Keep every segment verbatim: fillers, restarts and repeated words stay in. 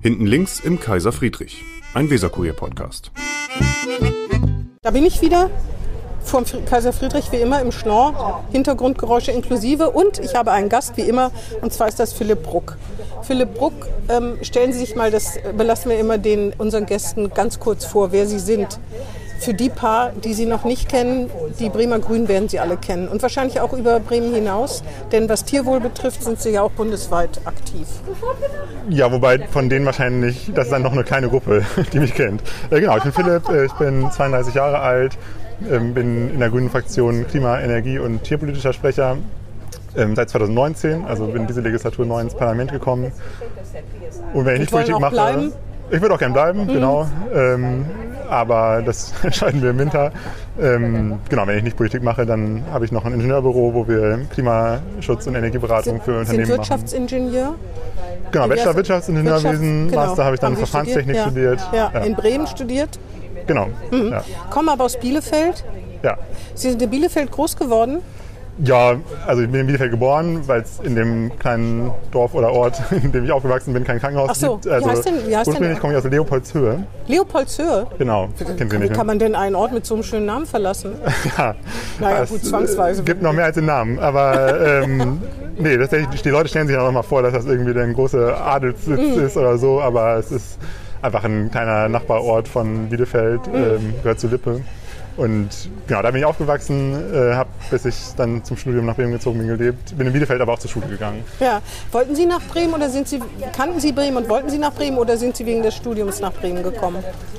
Hinten links im Kaiser Friedrich, ein Weserkurier-Podcast. Da bin ich wieder vom Kaiser Friedrich, wie immer im Schnorr, Hintergrundgeräusche inklusive, und ich habe einen Gast, wie immer, und zwar ist das Philipp Bruck. Philipp Bruck, ähm, stellen Sie sich mal, das belassen wir immer den unseren Gästen ganz kurz vor, wer Sie sind. Für die paar, die Sie noch nicht kennen, die Bremer Grünen werden Sie alle kennen und wahrscheinlich auch über Bremen hinaus, denn was Tierwohl betrifft, sind Sie ja auch bundesweit aktiv. Ja, wobei von denen wahrscheinlich, das ist dann noch eine kleine Gruppe, die mich kennt. Äh, genau, ich bin Philipp, äh, ich bin zweiunddreißig Jahre alt, ähm, bin in der Grünen Fraktion Klima-, Energie- und tierpolitischer Sprecher ähm, seit zweitausendneunzehn, also bin diese Legislatur neu ins Parlament gekommen. Und wenn ich nicht Politik mache, bleiben? Ich würde auch gerne bleiben, mhm. genau. Ähm, aber das entscheiden wir im Winter. Ähm, genau, wenn ich nicht Politik mache, dann habe ich noch ein Ingenieurbüro, wo wir Klimaschutz und Energieberatung für Unternehmen machen. Sind Wirtschaftsingenieur? Machen. Genau, Bachelor Wirtschaftsingenieurwesen, genau. Master habe ich dann Haben Verfahrenstechnik studiert? studiert. Ja. Ja. Ja. In Bremen studiert? Genau. Mhm. Ja. Kommen aber aus Bielefeld? Ja. Sie sind in Bielefeld groß geworden? Ja, also ich bin in Bielefeld geboren, weil es in dem kleinen Dorf oder Ort, in dem ich aufgewachsen bin, kein Krankenhaus Ach so. gibt. Also wie heißt denn, wie heißt ursprünglich denn? komme ich aus Leopoldshöhe. Leopoldshöhe? Genau, kennen Sie Wie nicht. kann man denn einen Ort mit so einem schönen Namen verlassen? Ja, naja, es gut, zwangsweise. gibt noch mehr als den Namen, aber ähm, nee, tatsächlich, die Leute stellen sich auch noch mal vor, dass das irgendwie der große Adelssitz mm. ist oder so, aber es ist einfach ein kleiner Nachbarort von Bielefeld, mm. ähm, gehört zu Lippe. Und genau, da bin ich aufgewachsen, äh, habe, bis ich dann zum Studium nach Bremen gezogen bin, gelebt. Bin in Bielefeld aber auch zur Schule gegangen. Ja. Wollten Sie nach Bremen oder sind Sie, kannten Sie Bremen und wollten Sie nach Bremen oder sind Sie wegen des Studiums nach Bremen gekommen?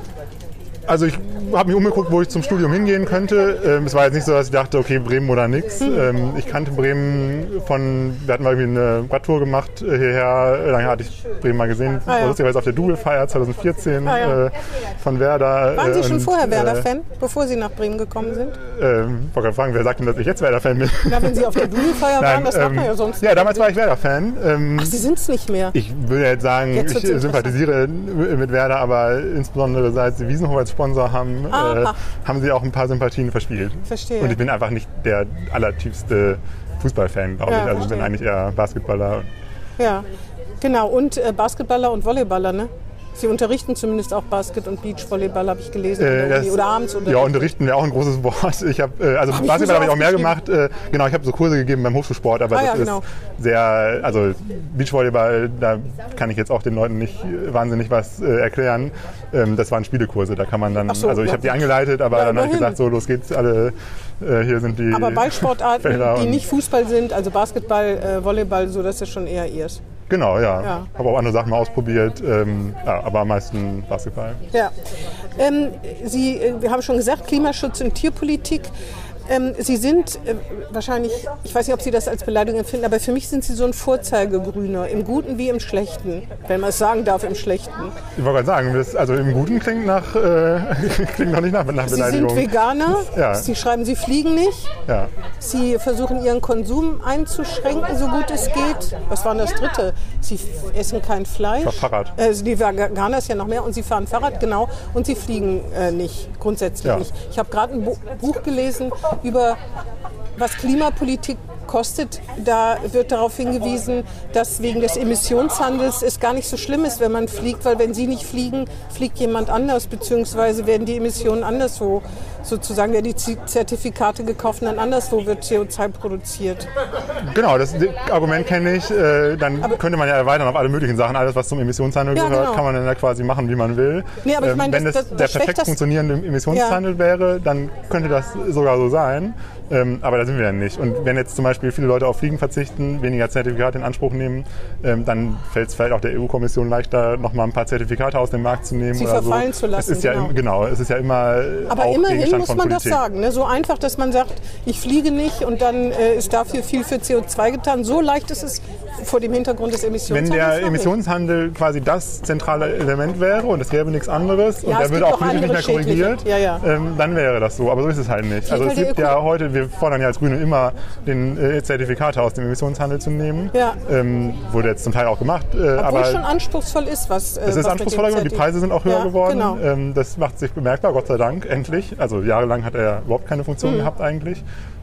Also ich habe mich umgeguckt, wo ich zum Studium hingehen könnte. Ähm, es war jetzt nicht so, dass ich dachte, okay, Bremen oder nix. Mhm. Ähm, ich kannte Bremen von, wir hatten mal irgendwie eine Radtour gemacht äh, hierher. Dann hatte ich Bremen mal gesehen, ah, ja. lustigerweise auf der Double-Feier zweitausendvierzehn ah, ja. äh, von Werder. Waren Sie schon und, vorher Werder-Fan, äh, bevor Sie nach Bremen gekommen sind? Ähm, ich wollte gerade fragen, wer sagt denn, dass ich jetzt Werder-Fan bin? Na, wenn Sie auf der Double-Feier waren, das ähm, macht man ja sonst Ja, damals war ich Werder-Fan. Ähm, Ach, Sie sind es nicht mehr? Ich würde jetzt sagen, jetzt ich sympathisiere mit Werder, aber insbesondere seit sie Wiesenhof als Sponsor haben, äh, haben sie auch ein paar Sympathien verspielt. Verstehe. Und ich bin einfach nicht der allertiefste Fußballfan, glaube ja, ich. Also verstehe. ich bin eigentlich eher Basketballer. Ja, genau. Und äh, Basketballer und Volleyballer, ne? Sie unterrichten zumindest auch Basket- und Beachvolleyball, habe ich gelesen. Äh, das, oder abends oder Ja, unterrichten wäre auch ein großes Wort. Ich hab, äh, also hab Basketball habe ich auch mehr gemacht. Äh, genau, ich habe so Kurse gegeben beim Hochschulsport, aber ah, das ja, genau. ist sehr, also Beachvolleyball, da kann ich jetzt auch den Leuten nicht wahnsinnig was äh, erklären. Ähm, das waren Spielekurse, da kann man dann, so, also ich ja. habe die angeleitet, aber ja, dann habe ich gesagt, so los geht's, alle, äh, hier sind die Aber Ballsportarten, Felder die nicht Fußball sind, also Basketball, äh, Volleyball, so, das ist schon eher ihrs. Genau, ja. ja. Habe auch andere Sachen mal ausprobiert, ähm, ja, aber am meisten Basketball. Ja. Ähm, Sie, wir haben schon gesagt, Klimaschutz und Tierpolitik. Ähm, Sie sind äh, wahrscheinlich, ich weiß nicht, ob Sie das als Beleidigung empfinden, aber für mich sind Sie so ein Vorzeigegrüner, im Guten wie im Schlechten, wenn man es sagen darf, im Schlechten. Ich wollte gerade sagen, das, also im Guten klingt, nach, äh, klingt noch nicht nach, nach Beleidigung. Sie sind Veganer, ja. Sie schreiben, Sie fliegen nicht, ja. Sie versuchen Ihren Konsum einzuschränken, so gut es geht. Was war denn das Dritte? Sie essen kein Fleisch. Ich fahr Fahrrad. Äh, die Veganer ist ja noch mehr und Sie fahren Fahrrad, genau, und Sie fliegen äh, nicht, grundsätzlich ja. nicht. Ich habe gerade ein Bo- Buch gelesen über was Klimapolitik kostet. Da wird darauf hingewiesen, dass wegen des Emissionshandels es gar nicht so schlimm ist, wenn man fliegt, weil wenn Sie nicht fliegen, fliegt jemand anders, beziehungsweise werden die Emissionen anderswo, sozusagen werden die Zertifikate gekauft und dann anderswo wird C O zwei produziert. Genau, das Argument kenne ich. Äh, dann aber könnte man ja erweitern auf alle möglichen Sachen. Alles, was zum Emissionshandel ja, gehört, genau. kann man dann ja quasi machen, wie man will. Nee, aber ich meine, ähm, wenn das, das, das, der das perfekt funktionierende Emissionshandel ja. wäre, dann könnte das sogar so sein. Ähm, aber da sind wir ja nicht. Und wenn jetzt zum Beispiel viele Leute auf Fliegen verzichten, weniger Zertifikate in Anspruch nehmen, ähm, dann fällt es vielleicht auch der E U-Kommission leichter, noch mal ein paar Zertifikate aus dem Markt zu nehmen. Sie oder verfallen so. zu lassen. Es ist ja genau. Im, genau, es ist ja immer Aber auch immerhin Gegenstand muss von man Politik. das sagen. Ne? So einfach, dass man sagt, ich fliege nicht und dann äh, ist dafür viel für C O zwei getan. So leicht ist es vor dem Hintergrund des Emissionshandels. Wenn der Emissionshandel quasi das zentrale Element wäre und es gäbe nichts anderes ja, und der würde auch politisch nicht mehr korrigiert, ja, ja. ähm, dann wäre das so. Aber so ist es halt nicht. Also es gibt ja heute, wir fordern ja als Grüne immer, den äh, Zertifikate aus dem Emissionshandel zu nehmen. Ja. Ähm, wurde jetzt zum Teil auch gemacht. Äh, Obwohl aber es schon anspruchsvoll ist, was äh, Es ist was anspruchsvoller geworden, die Preise sind auch höher ja, geworden. Genau. Ähm, das macht sich bemerkbar, Gott sei Dank, endlich. Also jahrelang hat er überhaupt keine Funktion mhm. gehabt eigentlich.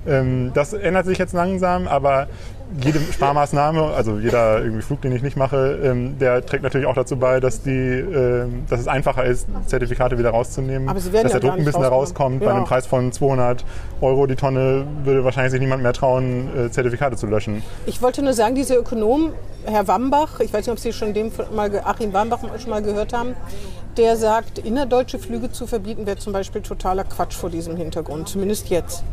Ähm, das ändert sich jetzt langsam, aber jede Sparmaßnahme, also jeder irgendwie Flug, den ich nicht mache, ähm, der trägt natürlich auch dazu bei, dass, die, ähm, dass es einfacher ist, Zertifikate wieder rauszunehmen. Aber sie werden dass ja der Druck gar ein nicht bisschen da rauskommt. Ja. Bei einem Preis von zweihundert Euro die Tonne würde wahrscheinlich sich niemand mehr trauen, äh, Zertifikate zu löschen. Ich wollte nur sagen, dieser Ökonom, Herr Wambach, ich weiß nicht, ob Sie schon dem mal, Achim Wambach schon mal gehört haben, der sagt, innerdeutsche Flüge zu verbieten, wäre zum Beispiel totaler Quatsch vor diesem Hintergrund, zumindest jetzt.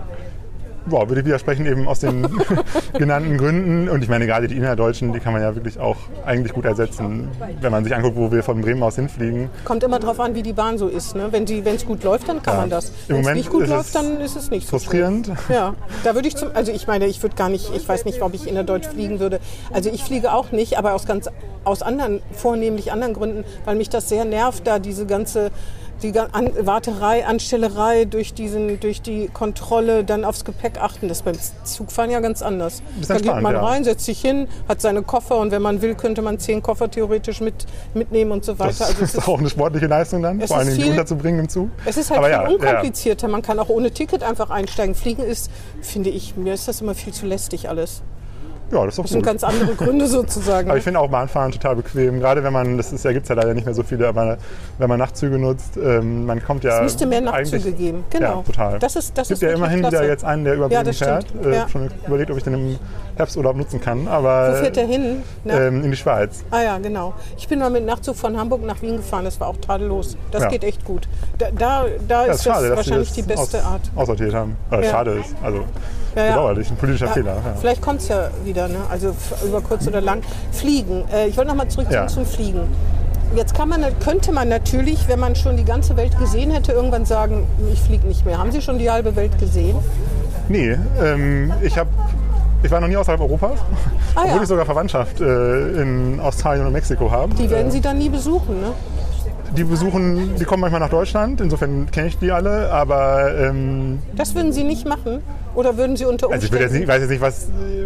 Boah, würde ich widersprechen, eben aus den genannten Gründen. Und ich meine, gerade die innerdeutschen, die kann man ja wirklich auch eigentlich gut ersetzen, wenn man sich anguckt, wo wir von Bremen aus hinfliegen. Kommt immer drauf an, wie die Bahn so ist. Ne? Wenn es gut läuft, dann kann Ja. man das. Im Wenn es Moment nicht gut ist läuft, es dann ist es nicht so frustrierend. schlimm. Ja, da würde ich zum, also ich meine, ich würde gar nicht, ich weiß nicht, ob ich innerdeutsch fliegen würde. Also ich fliege auch nicht, aber aus ganz, aus anderen, vornehmlich anderen Gründen, weil mich das sehr nervt, da diese ganze die An Warterei, Anstellerei, durch, diesen, durch die Kontrolle, dann aufs Gepäck achten. Das ist beim Zugfahren ja ganz anders. Da geht man ja. rein, setzt sich hin, hat seine Koffer und wenn man will, könnte man zehn Koffer theoretisch mit, mitnehmen und so weiter. Das also ist auch eine sportliche Leistung dann, vor allem die unterzubringen im Zug. Es ist halt Aber viel ja, unkomplizierter. Ja. Man kann auch ohne Ticket einfach einsteigen. Fliegen ist, finde ich, mir ist das immer viel zu lästig alles. Ja, das ist doch Das sind gut. ganz andere Gründe sozusagen. Aber ich finde auch Bahnfahren total bequem, gerade wenn man, das ist, ja, gibt es ja leider nicht mehr so viele, aber wenn man Nachtzüge nutzt, ähm, man kommt ja... Es müsste mehr Nachtzüge geben, genau. Ja, total. Das ist, das es gibt ist ja immerhin klasse. wieder jetzt einen, der über Ja, Bremen das fährt. stimmt. Äh, Ja. Schon überlegt, ob ich den im Herbsturlaub nutzen kann. Aber, Wo fährt der hin? Ähm, in die Schweiz. Ah ja, genau. Ich bin mal mit Nachtzug von Hamburg nach Wien gefahren, das war auch tadellos. Das Ja. geht echt gut. Da, da, da Ja, ist schade, das dass wahrscheinlich sie die das beste aus, Art. aussortiert haben. Oder Ja. schade ist. Also Ja, ja. bedauerlich, ein politischer Ja, Fehler. Ja. Vielleicht kommt es ja wieder, ne? Also f- über kurz oder lang. Fliegen. Äh, ich wollte noch mal zurück Ja. zum Fliegen. Jetzt kann man, könnte man natürlich, wenn man schon die ganze Welt gesehen hätte, irgendwann sagen, ich fliege nicht mehr. Haben Sie schon die halbe Welt gesehen? Nee, ähm, ich habe... Ich war noch nie außerhalb Europas, Ah, obwohl ja. ich sogar Verwandtschaft äh, in Australien und Mexiko habe. Die werden Äh, Sie dann nie besuchen, ne? Die besuchen, die kommen manchmal nach Deutschland, insofern kenne ich die alle, aber ähm, Das würden Sie nicht machen? Oder würden Sie unter Umständen... also ich will jetzt nicht, weiß jetzt nicht, was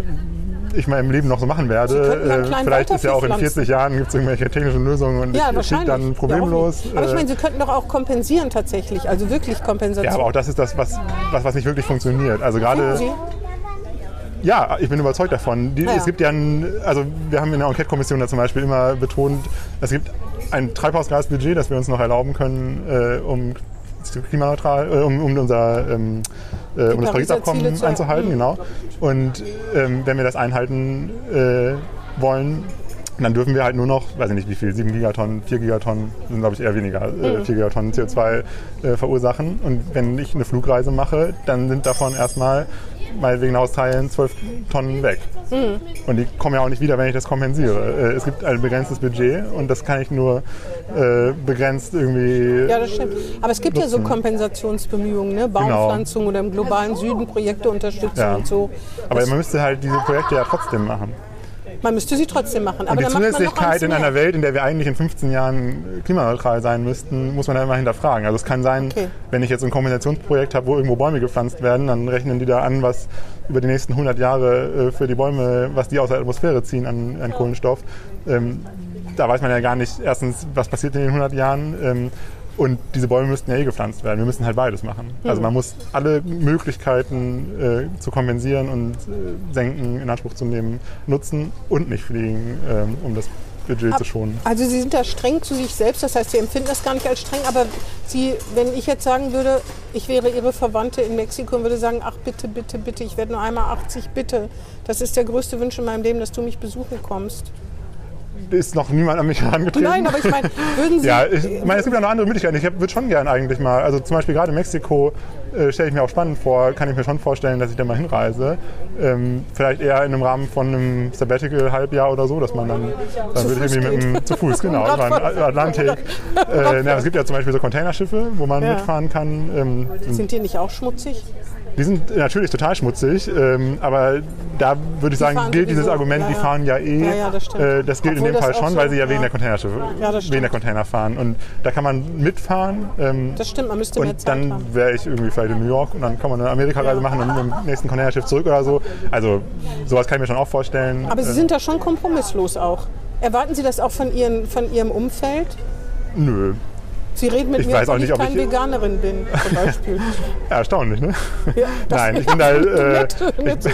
äh, ich mal im Leben noch so machen werde. Sie könnten ja einen Äh, kleinen Vielleicht ist ja auch in Walter vierzig Jahren gibt es irgendwelche technischen Lösungen und Ja, ich fliege wahrscheinlich. dann problemlos. Ja, auch nicht. Aber ich Äh, meine, Sie könnten doch auch kompensieren tatsächlich, also wirklich Kompensation. ja, aber auch das ist das, was, was, was nicht wirklich funktioniert. Also Finden gerade... Sie? Ja, ich bin überzeugt davon. Die, Ja, ja. Es gibt ja, ein, also wir haben in der Enquete-Kommission da zum Beispiel immer betont, es gibt ein Treibhausgasbudget, das wir uns noch erlauben können, äh, um klimaneutral, äh, um, um unser ähm, äh, um das Pariser Paris-Abkommen Ziele zu- einzuhalten, Mhm. genau. Und ähm, wenn wir das einhalten äh, wollen, dann dürfen wir halt nur noch, weiß ich nicht wie viel, sieben Gigatonnen, vier Gigatonnen, sind glaube ich eher weniger, äh, vier Gigatonnen C O zwei äh, verursachen. Und wenn ich eine Flugreise mache, dann sind davon erstmal mal wegen Australien zwölf Tonnen weg. Mhm. Und die kommen ja auch nicht wieder, wenn ich das kompensiere. Äh, es gibt ein begrenztes Budget und das kann ich nur äh, begrenzt irgendwie... Ja, das stimmt. Aber es gibt ja so nutzen. Kompensationsbemühungen, ne? Baumpflanzung oder im globalen Süden Projekte unterstützen Ja. und so. Aber Das, man müsste halt diese Projekte ja trotzdem machen. man müsste sie trotzdem machen. Aber Und die dann macht man noch Zulässigkeit eins in mehr. einer Welt, in der wir eigentlich in fünfzehn Jahren klimaneutral sein müssten, muss man ja immer hinterfragen. Also es kann sein, Okay. wenn ich jetzt ein Kombinationsprojekt habe, wo irgendwo Bäume gepflanzt werden, dann rechnen die da an, was über die nächsten hundert Jahre äh, für die Bäume, was die aus der Atmosphäre ziehen an, an Kohlenstoff. Ähm, da weiß man ja gar nicht, erstens, was passiert in den hundert Jahren. Ähm, Und diese Bäume müssten ja eh gepflanzt werden. Wir müssen halt beides machen. Also man muss alle Möglichkeiten äh, zu kompensieren und äh, senken, in Anspruch zu nehmen, nutzen und nicht fliegen, ähm, um das Budget zu schonen. Also Sie sind da streng zu sich selbst, das heißt, Sie empfinden das gar nicht als streng, aber Sie, wenn ich jetzt sagen würde, ich wäre Ihre Verwandte in Mexiko und würde sagen, ach bitte, bitte, bitte, ich werde nur einmal achtzig, bitte. Das ist der größte Wunsch in meinem Leben, dass du mich besuchen kommst. Ist noch niemand an mich herangetreten. Nein, aber ich meine, würden Sie... Ja, ich meine, es gibt ja noch andere Möglichkeiten. Ich würde schon gern eigentlich mal, also zum Beispiel gerade Mexiko äh, stelle ich mir auch spannend vor, kann ich mir schon vorstellen, dass ich da mal hinreise. Ähm, vielleicht eher in einem Rahmen von einem Sabbatical-Halbjahr oder so, dass man dann, dann Zu würde ich Fuß irgendwie mit geht. dem, zu Fuß, genau, über den Atlantik. Äh, na, es gibt ja zum Beispiel so Containerschiffe, wo man Ja. mitfahren kann. Ähm, Sind die nicht auch schmutzig? Die sind natürlich total schmutzig, ähm, aber da würde ich sagen, fahren gilt dieses sowieso. Argument, Ja, die ja. fahren ja eh. Ja, ja, das stimmt. Äh, das gilt Obwohl in dem das Fall auch schon, so- weil sie ja wegen ja. der Containerschiffe, Ja, das stimmt. wegen der Container fahren. Und da kann man mitfahren. Ähm, Das stimmt, man müsste mehr und Zeit dann haben. wäre ich irgendwie vielleicht in New York und dann kann man eine Amerikareise machen und mit dem nächsten Containerschiff zurück oder so. Also sowas kann ich mir schon auch vorstellen. Aber Sie Äh, sind da schon kompromisslos auch. Erwarten Sie das auch von, Ihren, von Ihrem Umfeld? Nö. Sie reden mit ich mir, weiß auch als nicht, ich ob keine ich Veganerin bin, zum Beispiel. Ja, erstaunlich, ne? Ja, Nein, ich bin da... Äh, ich,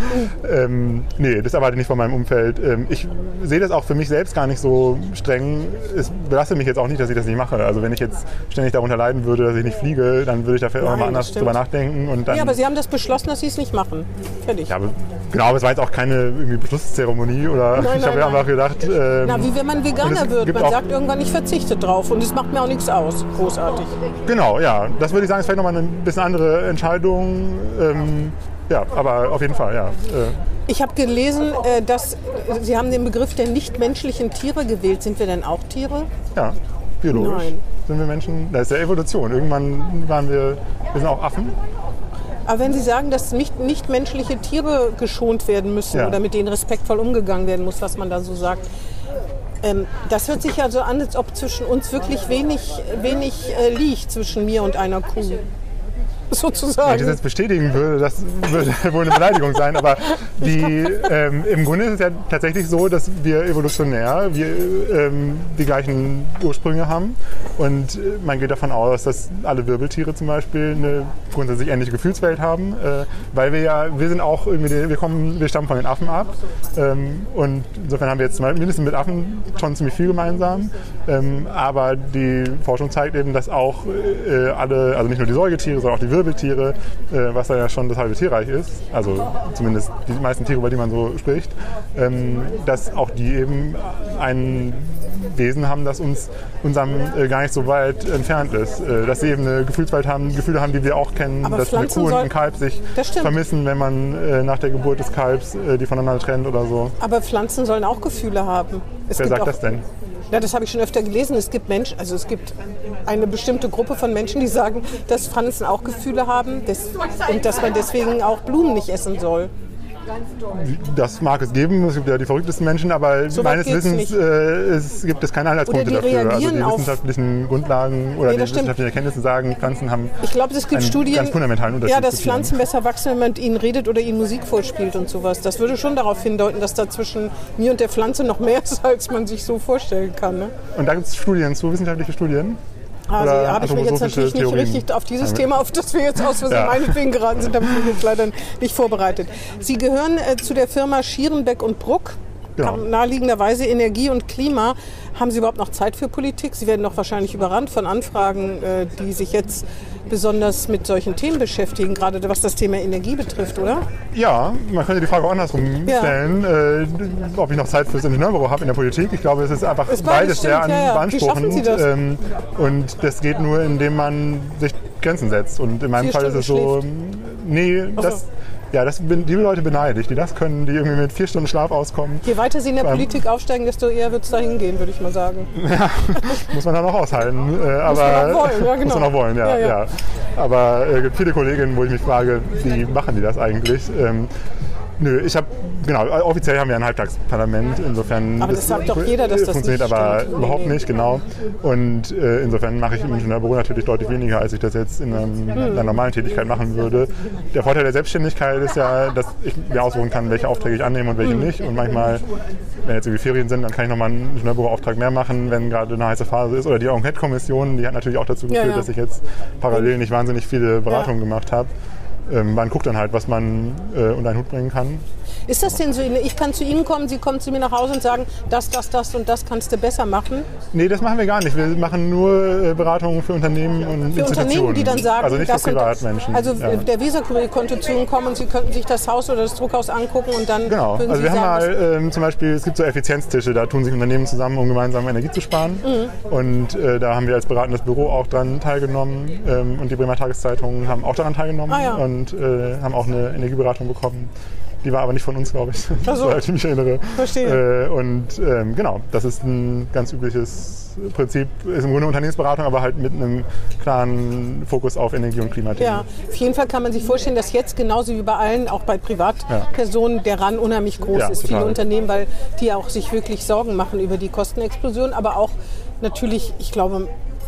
ähm, nee, das erwarte ich nicht von meinem Umfeld. Ähm, ich sehe das auch für mich selbst gar nicht so streng. Es belastet mich jetzt auch nicht, dass ich das nicht mache. Also wenn ich jetzt ständig darunter leiden würde, dass ich nicht fliege, dann würde ich da vielleicht auch mal anders drüber nachdenken. Und dann, ja, aber Sie haben das beschlossen, dass Sie es nicht machen. Fertig. Ja, aber, genau, aber es war jetzt auch keine irgendwie Beschlusszeremonie. Oder nein, ich habe ja einfach gedacht... Ähm, Na, wie wenn man Veganer wird. Man sagt irgendwann, ich verzichte drauf. Und es macht mir auch nichts aus. Großartig. Genau, ja. Das würde ich sagen, ist vielleicht nochmal eine bisschen andere Entscheidung. Ähm, ja, aber auf jeden Fall, ja. Ich habe gelesen, äh, dass Sie haben den Begriff der nichtmenschlichen Tiere gewählt. Sind wir denn auch Tiere? Ja, biologisch. Nein. Sind wir Menschen? Das ist ja Evolution. Irgendwann waren wir, wir sind auch Affen. Aber wenn Sie sagen, dass nicht, nicht menschliche Tiere geschont werden müssen ja. oder mit denen respektvoll umgegangen werden muss, was man da so sagt, ähm, das hört sich ja so an, als ob zwischen uns wirklich wenig, wenig äh, liegt, zwischen mir und einer Kuh. Sozusagen. Wenn ich das jetzt bestätigen würde, das würde wohl eine Beleidigung sein, aber die, ähm, im Grunde ist es ja tatsächlich so, dass wir evolutionär wir, ähm, die gleichen Ursprünge haben und man geht davon aus, dass alle Wirbeltiere zum Beispiel eine grundsätzlich ähnliche Gefühlswelt haben, äh, weil wir ja, wir sind auch irgendwie, wir kommen, wir stammen von den Affen ab ähm, und insofern haben wir jetzt mindestens mit Affen schon ziemlich viel gemeinsam, ähm, aber die Forschung zeigt eben, dass auch äh, alle, also nicht nur die Säugetiere, sondern auch die Wirbeltiere, äh, was da ja schon das halbe Tierreich ist, also zumindest die meisten Tiere, über die man so spricht, ähm, dass auch die eben ein Wesen haben, das uns unserem äh, gar nicht so weit entfernt ist. Äh, dass sie eben eine Gefühlswelt haben, Gefühle haben, die wir auch kennen, aber dass Pflanzen eine Kuh und soll, ein Kalb sich vermissen, wenn man äh, nach der Geburt des Kalbs äh, die voneinander trennt oder so. Aber Pflanzen sollen auch Gefühle haben. Es Wer gibt sagt auch, das denn? Ja, das habe ich schon öfter gelesen. Es gibt Menschen, also es gibt eine bestimmte Gruppe von Menschen, die sagen, dass Pflanzen auch Gefühle haben des, und dass man deswegen auch Blumen nicht essen soll. Das mag es geben, es gibt ja die verrücktesten Menschen, aber so meines Wissens äh, es gibt es keine Anhaltspunkte dafür. Also die wissenschaftlichen Grundlagen oder nee, die wissenschaftlichen Erkenntnisse sagen, Pflanzen haben ich glaube, es gibt einen Studien, ganz fundamentalen Unterschied. Ja, dass Pflanzen besser wachsen, wenn man mit ihnen redet oder ihnen Musik vorspielt und sowas. Das würde schon darauf hindeuten, dass da zwischen mir und der Pflanze noch mehr ist, als man sich so vorstellen kann. Ne? Und da gibt es Studien zu, wissenschaftliche Studien? Also habe ich mich jetzt natürlich nicht Theorien. richtig auf dieses Thema, auf das wir jetzt aus Versehen ja. meinetwegen geraten sind, habe ich mich jetzt leider nicht vorbereitet. Sie gehören äh, zu der Firma Schierenbeck und Bruck, genau. naheliegenderweise Energie und Klima. Haben Sie überhaupt noch Zeit für Politik? Sie werden doch wahrscheinlich überrannt von Anfragen, äh, die sich jetzt besonders mit solchen Themen beschäftigen, gerade was das Thema Energie betrifft, oder? Ja, man könnte die Frage auch andersrum ja. stellen, äh, ob ich noch Zeit fürs Ingenieurbüro habe in der Politik. Ich glaube, es ist einfach es beides sehr ja, ja. beanspruchend. Wie schaffen Sie das? Ähm, und das geht nur, indem man sich Grenzen setzt. Und in meinem vier Fall Stunden ist es so, schläft. nee, so. das... Ja, das bin, die Leute beneide ich, die das können, die irgendwie mit vier Stunden Schlaf auskommen. Je weiter Sie in der Politik aufsteigen, desto eher wird es dahin gehen, würde ich mal sagen. Ja, muss man dann auch aushalten. Äh, aber, muss man auch wollen, ja genau. Muss man auch wollen, ja. ja, ja. ja. Aber es äh, gibt viele Kolleginnen, wo ich mich frage, wie machen die das eigentlich? Ähm, Nö, ich habe, genau, offiziell haben wir ein Halbtagsparlament, insofern... Aber das, das sagt doch jeder, dass das funktioniert nicht aber stimmt. überhaupt nee, nee. nicht, genau. Und äh, insofern mache ich im Ingenieurbüro natürlich deutlich weniger, als ich das jetzt in, einem, in einer normalen Tätigkeit machen würde. Der Vorteil der Selbstständigkeit ist ja, dass ich mir aussuchen kann, welche Aufträge ich annehme und welche nicht. Und manchmal, wenn jetzt irgendwie Ferien sind, dann kann ich nochmal einen Ingenieurbüroauftrag mehr machen, wenn gerade eine heiße Phase ist. Oder die Enquete-Kommission, die hat natürlich auch dazu geführt, ja, ja. dass ich jetzt parallel nicht wahnsinnig viele Beratungen ja. gemacht habe. Ähm, man guckt dann halt, was man äh, unter einen Hut bringen kann. Ist das denn so, ich kann zu Ihnen kommen, Sie kommen zu mir nach Hause und sagen, das, das, das und das kannst du besser machen? Nee, das machen wir gar nicht. Wir machen nur äh, Beratungen für Unternehmen und für Institutionen. Für Unternehmen, die dann sagen, also nicht das für Privatmenschen. Also ja. der Weserkurier konnte zu Ihnen kommen und Sie könnten sich das Haus oder das Druckhaus angucken und dann genau. würden also Sie wir sagen, haben mal ähm, zum Beispiel, es gibt so Effizienztische, da tun sich Unternehmen zusammen, um gemeinsam Energie zu sparen. Mhm. Und äh, da haben wir als beratendes Büro auch dran teilgenommen ähm, und die Bremer Tageszeitungen haben auch daran teilgenommen ah, ja. und äh, haben auch eine Energieberatung bekommen. Die war aber nicht von uns, glaube ich, Ach so. soweit ich mich erinnere. Verstehe. Äh, und ähm, genau, das ist ein ganz übliches Prinzip, ist im Grunde Unternehmensberatung, aber halt mit einem klaren Fokus auf Energie- und Klimathemen. Ja, auf jeden Fall kann man sich vorstellen, dass jetzt genauso wie bei allen, auch bei Privatpersonen, ja. der Run unheimlich groß ja, ist. Total. Viele Unternehmen, weil die auch sich wirklich Sorgen machen über die Kostenexplosion, aber auch natürlich, ich glaube,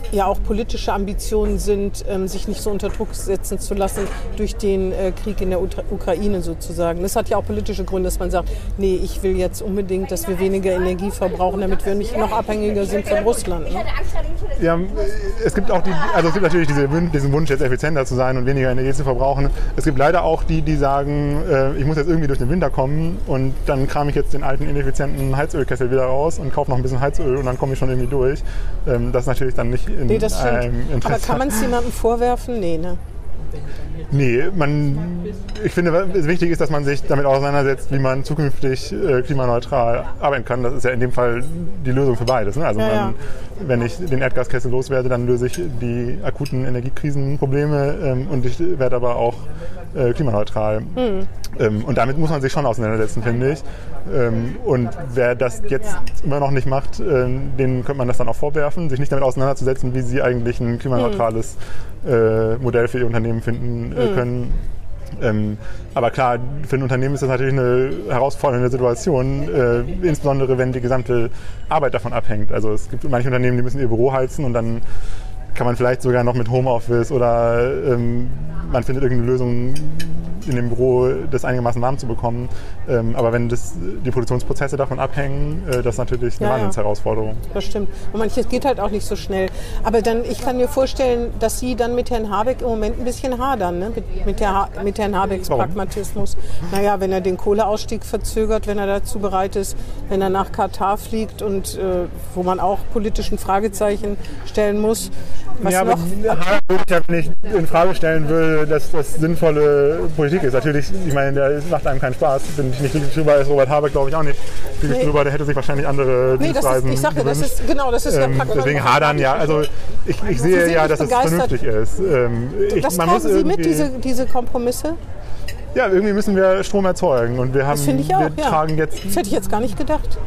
ja auch politische Ambitionen sind, ähm, sich nicht so unter Druck setzen zu lassen durch den äh, Krieg in der Utra- Ukraine sozusagen. Das hat ja auch politische Gründe, dass man sagt, nee, ich will jetzt unbedingt, dass wir weniger Energie verbrauchen, damit wir nicht noch abhängiger sind von Russland. Ne? Ja, es gibt auch die, also es gibt natürlich diese, diesen Wunsch, jetzt effizienter zu sein und weniger Energie zu verbrauchen. Es gibt leider auch die, die sagen, äh, ich muss jetzt irgendwie durch den Winter kommen und dann kram ich jetzt den alten ineffizienten Heizölkessel wieder raus und kaufe noch ein bisschen Heizöl und dann komme ich schon irgendwie durch. Ähm, das ist natürlich dann nicht in Nee, das stimmt. einem Interesse. Aber kann man es jemandem vorwerfen? Nee, ne? Nee, man, ich finde, wichtig ist, dass man sich damit auseinandersetzt, wie man zukünftig äh, klimaneutral arbeiten kann. Das ist ja in dem Fall die Lösung für beides. Ne? Also ja, man, ja. wenn ich den Erdgaskessel loswerde, dann löse ich die akuten Energiekrisenprobleme ähm, und ich werde aber auch äh, klimaneutral. Mhm. Ähm, und damit muss man sich schon auseinandersetzen, finde ich. Ähm, und wer das jetzt immer noch nicht macht, äh, denen könnte man das dann auch vorwerfen, sich nicht damit auseinanderzusetzen, wie sie eigentlich ein klimaneutrales äh, Modell für ihr Unternehmen finden äh, können. Ähm, aber klar, für ein Unternehmen ist das natürlich eine herausfordernde Situation, äh, insbesondere wenn die gesamte Arbeit davon abhängt. Also es gibt manche Unternehmen, die müssen ihr Büro heizen und dann kann man vielleicht sogar noch mit Homeoffice oder ähm, man findet irgendeine Lösung in dem Büro, das einigermaßen warm zu bekommen. Ähm, aber wenn das, die Produktionsprozesse davon abhängen, äh, das ist natürlich eine ja, Wahnsinnsherausforderung. Ja. Das stimmt. Und manches geht halt auch nicht so schnell. Aber dann, ich kann mir vorstellen, dass Sie dann mit Herrn Habeck im Moment ein bisschen hadern, ne? mit, mit, der ha- mit Herrn Habecks Warum? Pragmatismus. Naja, wenn er den Kohleausstieg verzögert, wenn er dazu bereit ist, wenn er nach Katar fliegt und äh, wo man auch politischen Fragezeichen stellen muss. Was ja, noch? aber würde ich ja nicht in Frage stellen würde, dass das sinnvolle Politik ist. Natürlich, ich meine, der macht einem keinen Spaß. Bin ich nicht glücklich drüber, ist Robert Habeck, glaube ich, auch nicht glücklich Nee. drüber. Der hätte sich wahrscheinlich andere Nee, das Dienstreisen ist, ich sage, das gewünscht. ist, genau, das ist Ähm, der Pragmatismus. deswegen hadern, ja. Also ich, ich Sie sehe sind ja, nicht dass es begeistert. vernünftig ist. Ähm, ich, Das man tragen muss Sie mit, irgendwie- diese, diese Kompromisse? Ja, irgendwie müssen wir Strom erzeugen. Und wir haben, Das finde ich auch, wir ja. tragen jetzt. Das hätte ich jetzt gar nicht gedacht.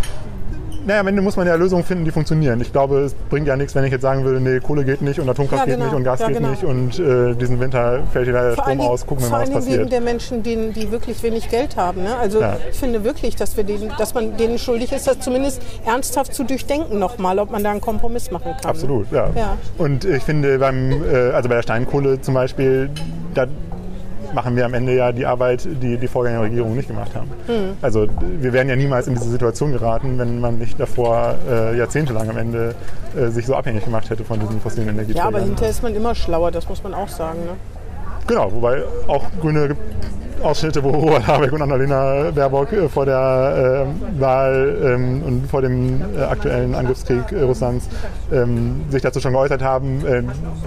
Naja, am Ende muss man ja Lösungen finden, die funktionieren. Ich glaube, es bringt ja nichts, wenn ich jetzt sagen würde, nee, Kohle geht nicht und Atomkraft Ja, geht genau. nicht und Gas Ja, geht genau. nicht und äh, diesen Winter fällt wieder der Vor Strom allen aus, gucken wir vor mal, was allen Dingen wegen passiert. der Menschen, denen, die wirklich wenig Geld haben. Ne? Also Ja. ich finde wirklich, dass, wir denen, dass man denen schuldig ist, das zumindest ernsthaft zu durchdenken nochmal, ob man da einen Kompromiss machen kann. Absolut, ja. Ja. Und ich finde, beim, äh, also bei der Steinkohle zum Beispiel, da machen wir am Ende ja die Arbeit, die die Vorgängerregierungen nicht gemacht haben. Mhm. Also wir wären ja niemals in diese Situation geraten, wenn man nicht davor äh, jahrzehntelang am Ende äh, sich so abhängig gemacht hätte von diesen fossilen Ja, Energieträgern. aber hinterher ist man immer schlauer, das muss man auch sagen. Ne? Genau, wobei auch grüne Ausschnitte, wo Robert Habeck und Annalena Baerbock äh, vor der äh, Wahl ähm, und vor dem äh, aktuellen Angriffskrieg äh, Russlands ähm, sich dazu schon geäußert haben. Äh,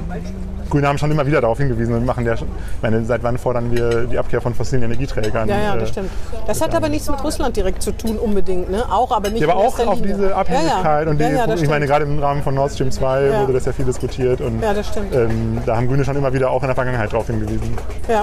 Grüne haben schon immer wieder darauf hingewiesen und machen ja schon, ich meine, seit wann fordern wir die Abkehr von fossilen Energieträgern? Ja, ja, das Äh, stimmt. Das hat aber nichts mit Russland direkt zu tun unbedingt, ne? Auch, aber nicht Ja, aber in auch erster auf Linie. diese Abhängigkeit ja, ja. und die, ja, ja, das ich meine, stimmt. gerade im Rahmen von Nord Stream zwei Ja. wurde das ja viel diskutiert und Ja, das stimmt. ähm, da haben Grüne schon immer wieder auch in der Vergangenheit darauf hingewiesen. Ja.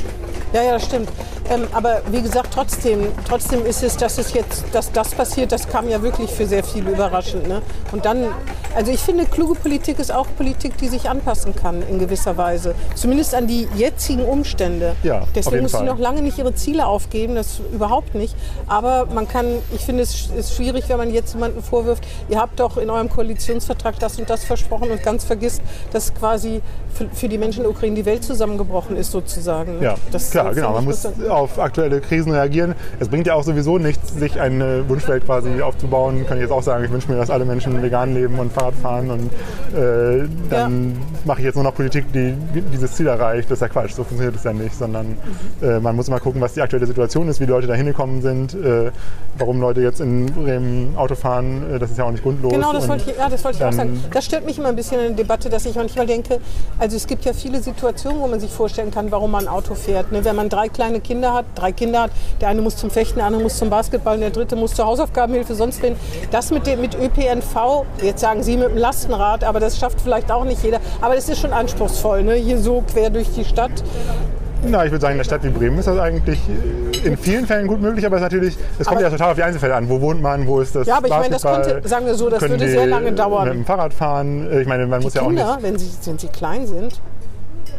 Ja, ja, das stimmt. Ähm, aber wie gesagt, trotzdem, trotzdem ist es, dass es jetzt, dass das passiert, das kam ja wirklich für sehr viele überraschend. Ne? Und dann, also ich finde, kluge Politik ist auch Politik, die sich anpassen kann in gewisser Weise. Zumindest an die jetzigen Umstände. Ja, auf Deswegen jeden muss sie Fall. noch lange nicht ihre Ziele aufgeben, das überhaupt nicht. Aber man kann, ich finde, es ist schwierig, wenn man jetzt jemanden vorwirft, ihr habt doch in eurem Koalitionsvertrag das und das versprochen und ganz vergisst, dass quasi für, für die Menschen in der Ukraine die Welt zusammengebrochen ist sozusagen. Ne? Ja, das, klar, äh, genau. Man finde ich, muss auf aktuelle Krisen reagieren. Es bringt ja auch sowieso nichts, sich eine Wunschwelt quasi aufzubauen. Kann ich jetzt auch sagen, ich wünsche mir, dass alle Menschen vegan leben und Fahrrad fahren und äh, dann Ja. mache ich jetzt nur noch Politik, die dieses Ziel erreicht. Das ist ja Quatsch, so funktioniert es ja nicht, sondern äh, man muss immer gucken, was die aktuelle Situation ist, wie die Leute da hingekommen sind, äh, warum Leute jetzt in Bremen Auto fahren, äh, das ist ja auch nicht grundlos. Genau, das Und wollte ich, ja, das wollte ich auch dann- sagen. Das stört mich immer ein bisschen in der Debatte, dass ich manchmal denke, also es gibt ja viele Situationen, wo man sich vorstellen kann, warum man ein Auto fährt. Ne? Wenn man drei kleine Kinder hat, drei Kinder hat, der eine muss zum Fechten, der andere muss zum Basketball und der dritte muss zur Hausaufgabenhilfe, sonst wen. Das mit, dem, mit Ö P N V, jetzt sagen Sie mit dem Lastenrad, aber das schafft vielleicht auch nicht jeder. Aber das ist schon anspruchsvoll, ne? Hier so quer durch die Stadt. Na, ich würde sagen, in einer Stadt wie Bremen ist das eigentlich in vielen Fällen gut möglich, aber es, ist natürlich, es kommt Aber- ja total auf die Einzelfälle an. Wo wohnt man, wo ist das Ja, aber ich meine, das Basketball? könnte, sagen wir so, das Können würde die sehr lange dauern. Mit dem Fahrrad fahren. Ich meine, man muss Die ja auch Kinder, nicht... wenn sie, wenn sie klein sind.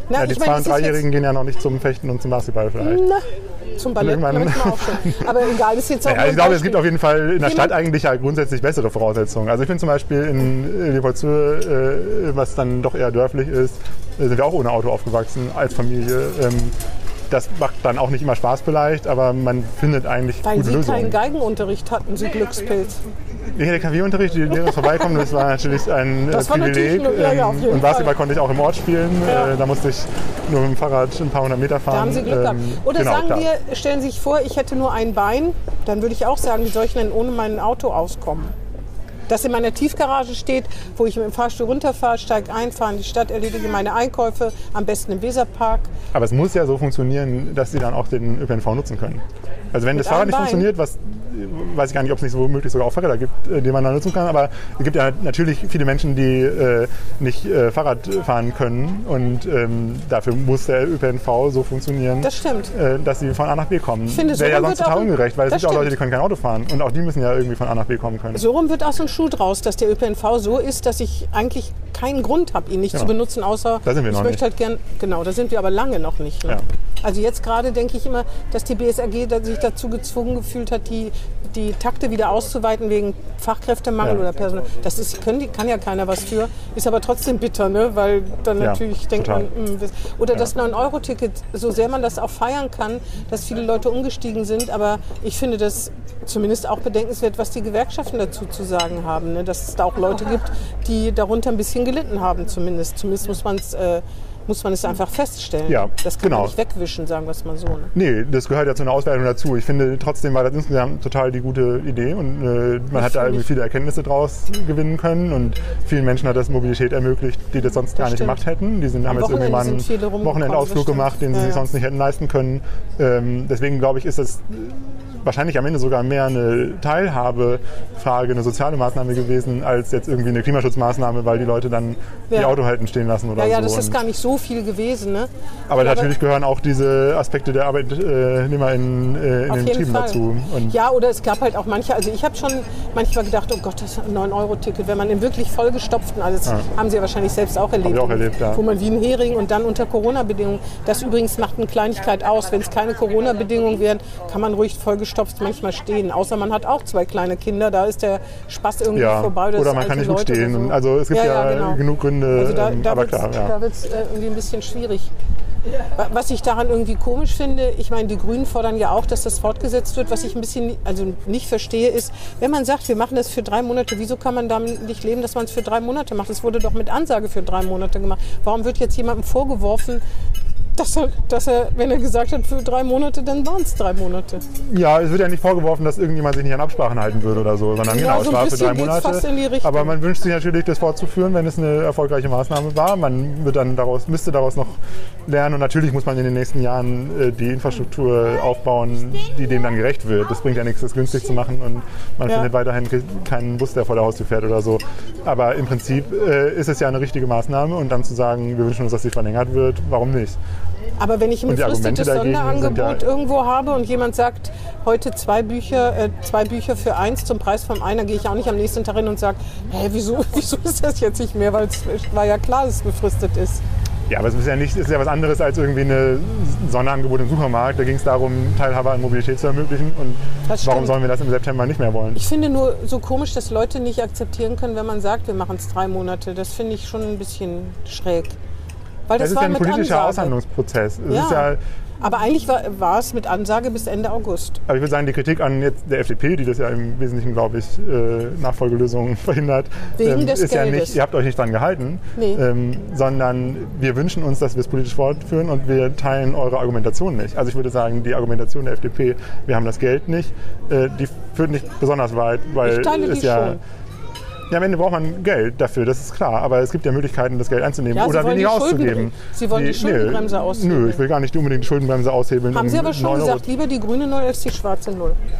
Na, ja, die ich Zwei- meine, und das ist Dreijährigen gehen ja noch nicht zum Fechten und zum Basketball vielleicht. Na, zum Ballett Irgendwann- manchmal auch schon. Aber egal, das ist jetzt auch Ja, nur ich ein glaube, es Beispiel. gibt auf jeden Fall in der Jemand- Stadt eigentlich ja grundsätzlich bessere Voraussetzungen. Also ich bin zum Beispiel in Leopoldshöhe, äh, was dann doch eher dörflich ist, äh, sind wir auch ohne Auto aufgewachsen als Familie. Ähm, das macht dann auch nicht immer Spaß vielleicht, aber man findet eigentlich Weil gute Sie Lösungen. keinen Geigenunterricht hatten, Sie Glückspilz. Ich hatte Klavierunterricht, die Lehrer vorbeikommen, das war natürlich ein äh, Das war Privileg. natürlich nur- ja, ja, auf jeden und Basketball Fall. konnte ich auch im Ort spielen. Ja. Äh, da musste ich nur mit dem Fahrrad ein paar hundert Meter fahren. Da haben Sie Glück gehabt. Ähm, Oder genau, sagen klar. wir, stellen Sie sich vor, ich hätte nur ein Bein, dann würde ich auch sagen, wie soll ich denn ohne mein Auto auskommen? Das in meiner Tiefgarage steht, wo ich mit dem Fahrstuhl runterfahre, steige ein, fahre in die Stadt, erledige meine Einkäufe, am besten im Weserpark. Aber es muss ja so funktionieren, dass Sie dann auch den ÖPNV nutzen können. Also wenn Mit das Fahrrad einem nicht Bein? funktioniert, was weiß ich gar nicht, ob es nicht so möglich sogar auch Fahrräder gibt, äh, die man dann nutzen kann. Aber es gibt ja natürlich viele Menschen, die äh, nicht äh, Fahrrad fahren können. Und ähm, dafür muss der ÖPNV so funktionieren, Das stimmt. äh, dass sie von A nach B kommen. finde, so Wäre ja rum sonst wird auch total ein- ungerecht, weil es das gibt auch Leute, stimmt. die können kein Auto fahren. Und auch die müssen ja irgendwie von A nach B kommen können. So rum wird auch so ein Schuh draus, dass der ÖPNV so ist, dass ich eigentlich keinen Grund habe, ihn nicht Ja. zu benutzen, außer Da sind wir ich noch möchte halt gern, genau, da sind wir aber lange noch nicht. Ne? Ja. Also jetzt gerade denke ich immer, dass die B S R G da- sich dazu gezwungen gefühlt hat, die, die Takte wieder auszuweiten wegen Fachkräftemangel Ja. oder Personal. Das ist, können die, kann ja keiner was für, ist aber trotzdem bitter, ne? Weil dann Ja, natürlich denkt total. man, mh, das- oder das neun Euro Ticket, so sehr man das auch feiern kann, dass viele Leute umgestiegen sind, aber ich finde das zumindest auch bedenkenswert, was die Gewerkschaften dazu zu sagen haben, ne? Dass es da auch Leute gibt, die darunter ein bisschen gelitten haben zumindest. Zumindest muss man es äh, muss man es einfach feststellen. Ja, das kann genau. man nicht wegwischen, sagen wir es mal so. Ne? Nee, das gehört ja zu einer Auswertung dazu. Ich finde, trotzdem war das insgesamt total die gute Idee und äh, man hat da irgendwie viele Erkenntnisse draus gewinnen können und vielen Menschen hat das Mobilität ermöglicht, die das sonst gar nicht stimmt. gemacht hätten. Die sind, haben jetzt irgendwie Wochenende mal einen sind viele rumgekommen, Wochenendausflug das gemacht, den sie stimmt. sich Ja, ja. sonst nicht hätten leisten können. Ähm, deswegen glaube ich, ist das wahrscheinlich am Ende sogar mehr eine Teilhabefrage, eine soziale Maßnahme gewesen, als jetzt irgendwie eine Klimaschutzmaßnahme, weil die Leute dann die Ja. Auto hätten stehen lassen oder Ja, ja, so. das ist Und- gar nicht so viel gewesen. Ne? aber natürlich gehören auch diese Aspekte der Arbeitnehmer in, äh, in Auf den jeden Betrieben Fall. dazu. Und Ja, oder es gab halt auch manche, also ich habe schon manchmal gedacht, oh Gott, das ist ein neun Euro Ticket, wenn man in wirklich vollgestopften, also das haben Sie ja wahrscheinlich selbst auch erlebt, ich auch erlebt, ja. wo man wie ein Hering und dann unter Corona-Bedingungen, das übrigens macht eine Kleinigkeit aus, wenn es keine Corona-Bedingungen wären, kann man ruhig vollgestopft manchmal stehen, außer man hat auch zwei kleine Kinder, da ist der Spaß irgendwie ja, vorbei. Das oder ist man kann alte nicht gut Leute stehen. oder so. Und Also es gibt ja, genau. genug Gründe, Also da, ähm, da aber wird's- klar. Ja. Da wird es äh, irgendwie ein bisschen schwierig. Wa- Was ich daran irgendwie komisch finde, ich meine, die Grünen fordern ja auch, dass das fortgesetzt wird. Was ich ein bisschen also nicht verstehe, ist, wenn man sagt, wir machen das für drei Monate, wieso kann man damit nicht leben, dass man es für drei Monate macht? Es wurde doch mit Ansage für drei Monate gemacht. Warum wird jetzt jemandem vorgeworfen, dass er, dass er, wenn er gesagt hat, für drei Monate, dann waren es drei Monate? ja, es wird ja nicht vorgeworfen, dass irgendjemand sich nicht an Absprachen halten würde oder so, sondern Ja, genau, so es ein war für bisschen drei geht's Monate. fast in die Richtung. Aber man wünscht sich natürlich, das fortzuführen, wenn es eine erfolgreiche Maßnahme war. Man wird dann daraus, müsste daraus noch lernen und natürlich muss man in den nächsten Jahren äh, die Infrastruktur aufbauen, die dem dann gerecht wird. Das bringt ja nichts, das günstig zu machen und man Ja. findet weiterhin keinen Bus, der vor der Haustür fährt oder so. Aber im Prinzip äh, ist es ja eine richtige Maßnahme und dann zu sagen, wir wünschen uns, dass sie verlängert wird, warum nicht? Aber wenn ich ein Und die Argumente befristetes dagegen sind Sonderangebot ja- irgendwo habe und jemand sagt, heute zwei Bücher, äh, zwei Bücher für eins zum Preis von einer, gehe ich auch nicht am nächsten Tag hin und sage, hä, wieso, wieso ist das jetzt nicht mehr? Weil es war ja klar, dass es befristet ist. Ja, aber es ist ja nicht, es ist ja was anderes als irgendwie eine Sonderangebot im Supermarkt. Da ging es darum, Teilhabe an Mobilität zu ermöglichen. Und Das warum stimmt. sollen wir das im September nicht mehr wollen? Ich finde nur so komisch, dass Leute nicht akzeptieren können, wenn man sagt, wir machen es drei Monate. Das finde ich schon ein bisschen schräg. Weil das, Das ist war ja ein mit politischer Ansage. Aushandlungsprozess. Es Ja. ist ja, Aber eigentlich war, war es mit Ansage bis Ende August. aber ich würde sagen, die Kritik an jetzt der F D P, die das ja im Wesentlichen, glaube ich, äh, Nachfolgelösungen verhindert, Wegen des ist ja Geldes. nicht, ihr habt euch nicht dran gehalten, Nee. ähm, sondern wir wünschen uns, dass wir es politisch fortführen und wir teilen eure Argumentation nicht. Also ich würde sagen, die Argumentation der F D P, wir haben das Geld nicht, äh, die führt nicht besonders weit, weil Ich teile es die ja... schon. Ja, am Ende braucht man Geld dafür, das ist klar. Aber es gibt ja Möglichkeiten, das Geld einzunehmen Ja, Sie oder wollen weniger die Schulden- auszugeben. Sie wollen die Schuldenbremse nee, aushebeln. Nö, ich will gar nicht unbedingt die Schuldenbremse aushebeln. Haben um Sie aber schon neun Euro. gesagt, lieber die grüne Null als die schwarze Null.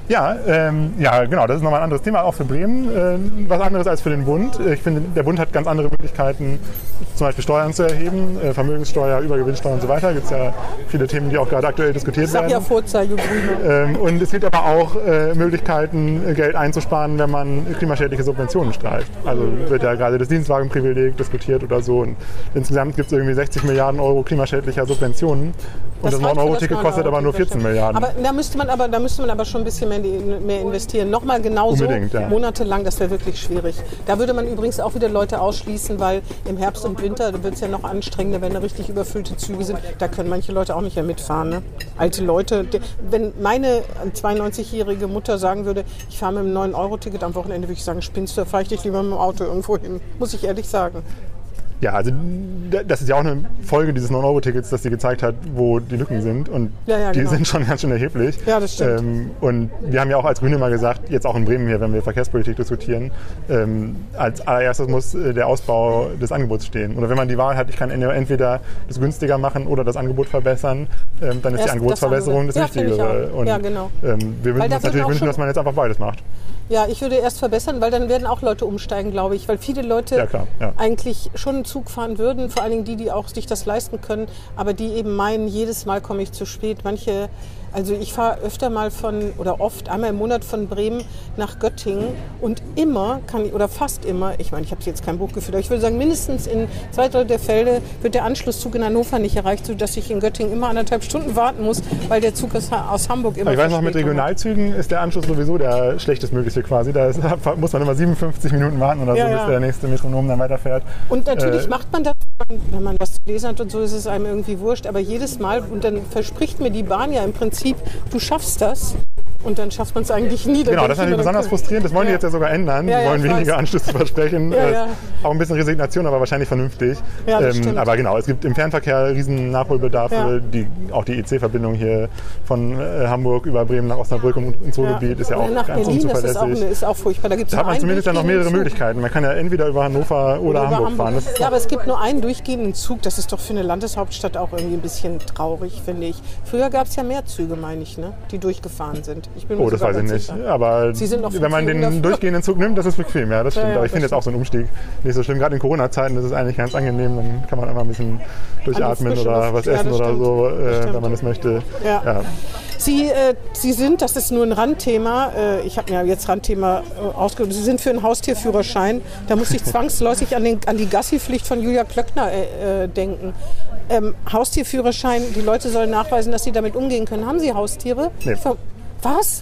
Ja, ähm, ja, genau, das ist nochmal ein anderes Thema, auch für Bremen. Äh, was anderes als für den Bund. Ich finde, der Bund hat ganz andere Möglichkeiten, zum Beispiel Steuern zu erheben, äh, Vermögenssteuer, Übergewinnsteuer und so weiter. Da gibt es ja viele Themen, die auch gerade aktuell diskutiert ich sag werden. ja Vorzeigegrüne. Ähm, und es gibt aber auch äh, Möglichkeiten, Geld einzusparen, wenn man klimaschädliche Subventionen streicht. Also wird ja gerade das Dienstwagenprivileg diskutiert oder so. Und insgesamt gibt es irgendwie sechzig Milliarden Euro klimaschädlicher Subventionen. Und das, das neun Euro Ticket kostet aber nur vierzehn Milliarden. Aber da müsste man aber, da müsste man aber schon ein bisschen mehr, mehr investieren. Nochmal genauso ja. monatelang, das wäre wirklich schwierig. Da würde man übrigens auch wieder Leute ausschließen, weil im Herbst und Winter wird es ja noch anstrengender, wenn da richtig überfüllte Züge sind. Da können manche Leute auch nicht mehr mitfahren. Ne? Alte Leute. Die, wenn meine zweiundneunzigjährige Mutter sagen würde, ich fahre mit einem neun Euro Ticket am Wochenende, würde ich sagen, spinnst du, fahre ich dich lieber mit dem Auto irgendwo hin. Muss ich ehrlich sagen. Ja, also das ist ja auch eine Folge dieses neun Euro Tickets, dass sie gezeigt hat, wo die Lücken sind. Und ja, ja, die genau. sind schon ganz schön erheblich. Ja, das stimmt. Ähm, und wir haben ja auch als Grüne mal gesagt, jetzt auch in Bremen hier, wenn wir Verkehrspolitik diskutieren, ähm, als allererstes muss äh, der Ausbau des Angebots stehen. Oder wenn man die Wahl hat, ich kann entweder das günstiger machen oder das Angebot verbessern, ähm, dann ist Erst die Angebotsverbesserung das, das ja, Wichtigere. Und, ja, genau. ähm, wir würden uns natürlich wünschen, dass man jetzt einfach beides macht. Ja, ich würde erst verbessern, weil dann werden auch Leute umsteigen, glaube ich. Weil viele Leute ja, klar, ja. eigentlich schon einen Zug fahren würden, vor allen Dingen die, die auch sich das leisten können, aber die eben meinen, jedes Mal komme ich zu spät. Manche, also ich fahre öfter mal von, oder oft, einmal im Monat von Bremen nach Göttingen und immer kann ich, oder fast immer, ich meine, ich habe jetzt kein Buch geführt, aber ich würde sagen, mindestens in zwei Drittel der Fälle wird der Anschlusszug in Hannover nicht erreicht, sodass ich in Göttingen immer anderthalb Stunden warten muss, weil der Zug aus, aus Hamburg immer Ich weiß noch, mit Regionalzügen ist der Anschluss sowieso der schlechtestmögliche quasi. Da ist, muss man immer siebenundfünfzig Minuten warten oder so, ja, ja. bis der nächste Metronom dann weiterfährt. Und natürlich äh, macht man das, wenn man was zu lesen hat und so, ist es einem irgendwie wurscht. Aber jedes Mal, und dann verspricht mir die Bahn ja im Prinzip, du schaffst das. Und dann schafft man es eigentlich nie. Genau, das ist natürlich besonders frustrierend. Das wollen ja. die jetzt ja sogar ändern. Ja, die ja, wollen weniger weiß. Anschlüsse versprechen. ja, ja. Auch ein bisschen Resignation, aber wahrscheinlich vernünftig. Ja, das ähm, stimmt. Aber genau, es gibt im Fernverkehr riesen Nachholbedarf. Ja. Die, auch die E C-Verbindung hier von äh, Hamburg über Bremen nach Osnabrück und ins Ruhrgebiet ja. ist ja auch nach ganz Berlin, unzuverlässig. Das ist auch, eine, ist auch furchtbar. Da, gibt's da hat man zumindest ja noch mehrere Zug. Möglichkeiten. Man kann ja entweder über Hannover oder, oder Hamburg, Hamburg fahren. Das ja, aber es gibt nur einen durchgehenden Zug. Das ist doch für eine Landeshauptstadt auch irgendwie ein bisschen traurig, finde ich. Früher gab es ja mehr Züge, meine ich, ne, die durchgefahren sind. Ich bin mir oh, das weiß ich nicht. Sicher. Aber wenn man den dafür. durchgehenden Zug nimmt, das ist bequem. Ja, das stimmt. Ja, ja, aber ich finde jetzt auch so einen Umstieg nicht so schlimm. Gerade in Corona-Zeiten ist es eigentlich ganz angenehm. Dann kann man einfach ein bisschen durchatmen oder was essen ja, oder so, äh, wenn man das möchte. Ja. Ja. Sie, äh, Sie sind, das ist nur ein Randthema, äh, ich habe mir jetzt Randthema äh, ausgesucht, Sie sind für einen Haustierführerschein. Da muss ich zwangsläufig an, den, an die Gassi-Pflicht von Julia Klöckner äh, denken. Ähm, Haustierführerschein, die Leute sollen nachweisen, dass sie damit umgehen können. Haben Sie Haustiere? Nee. Was?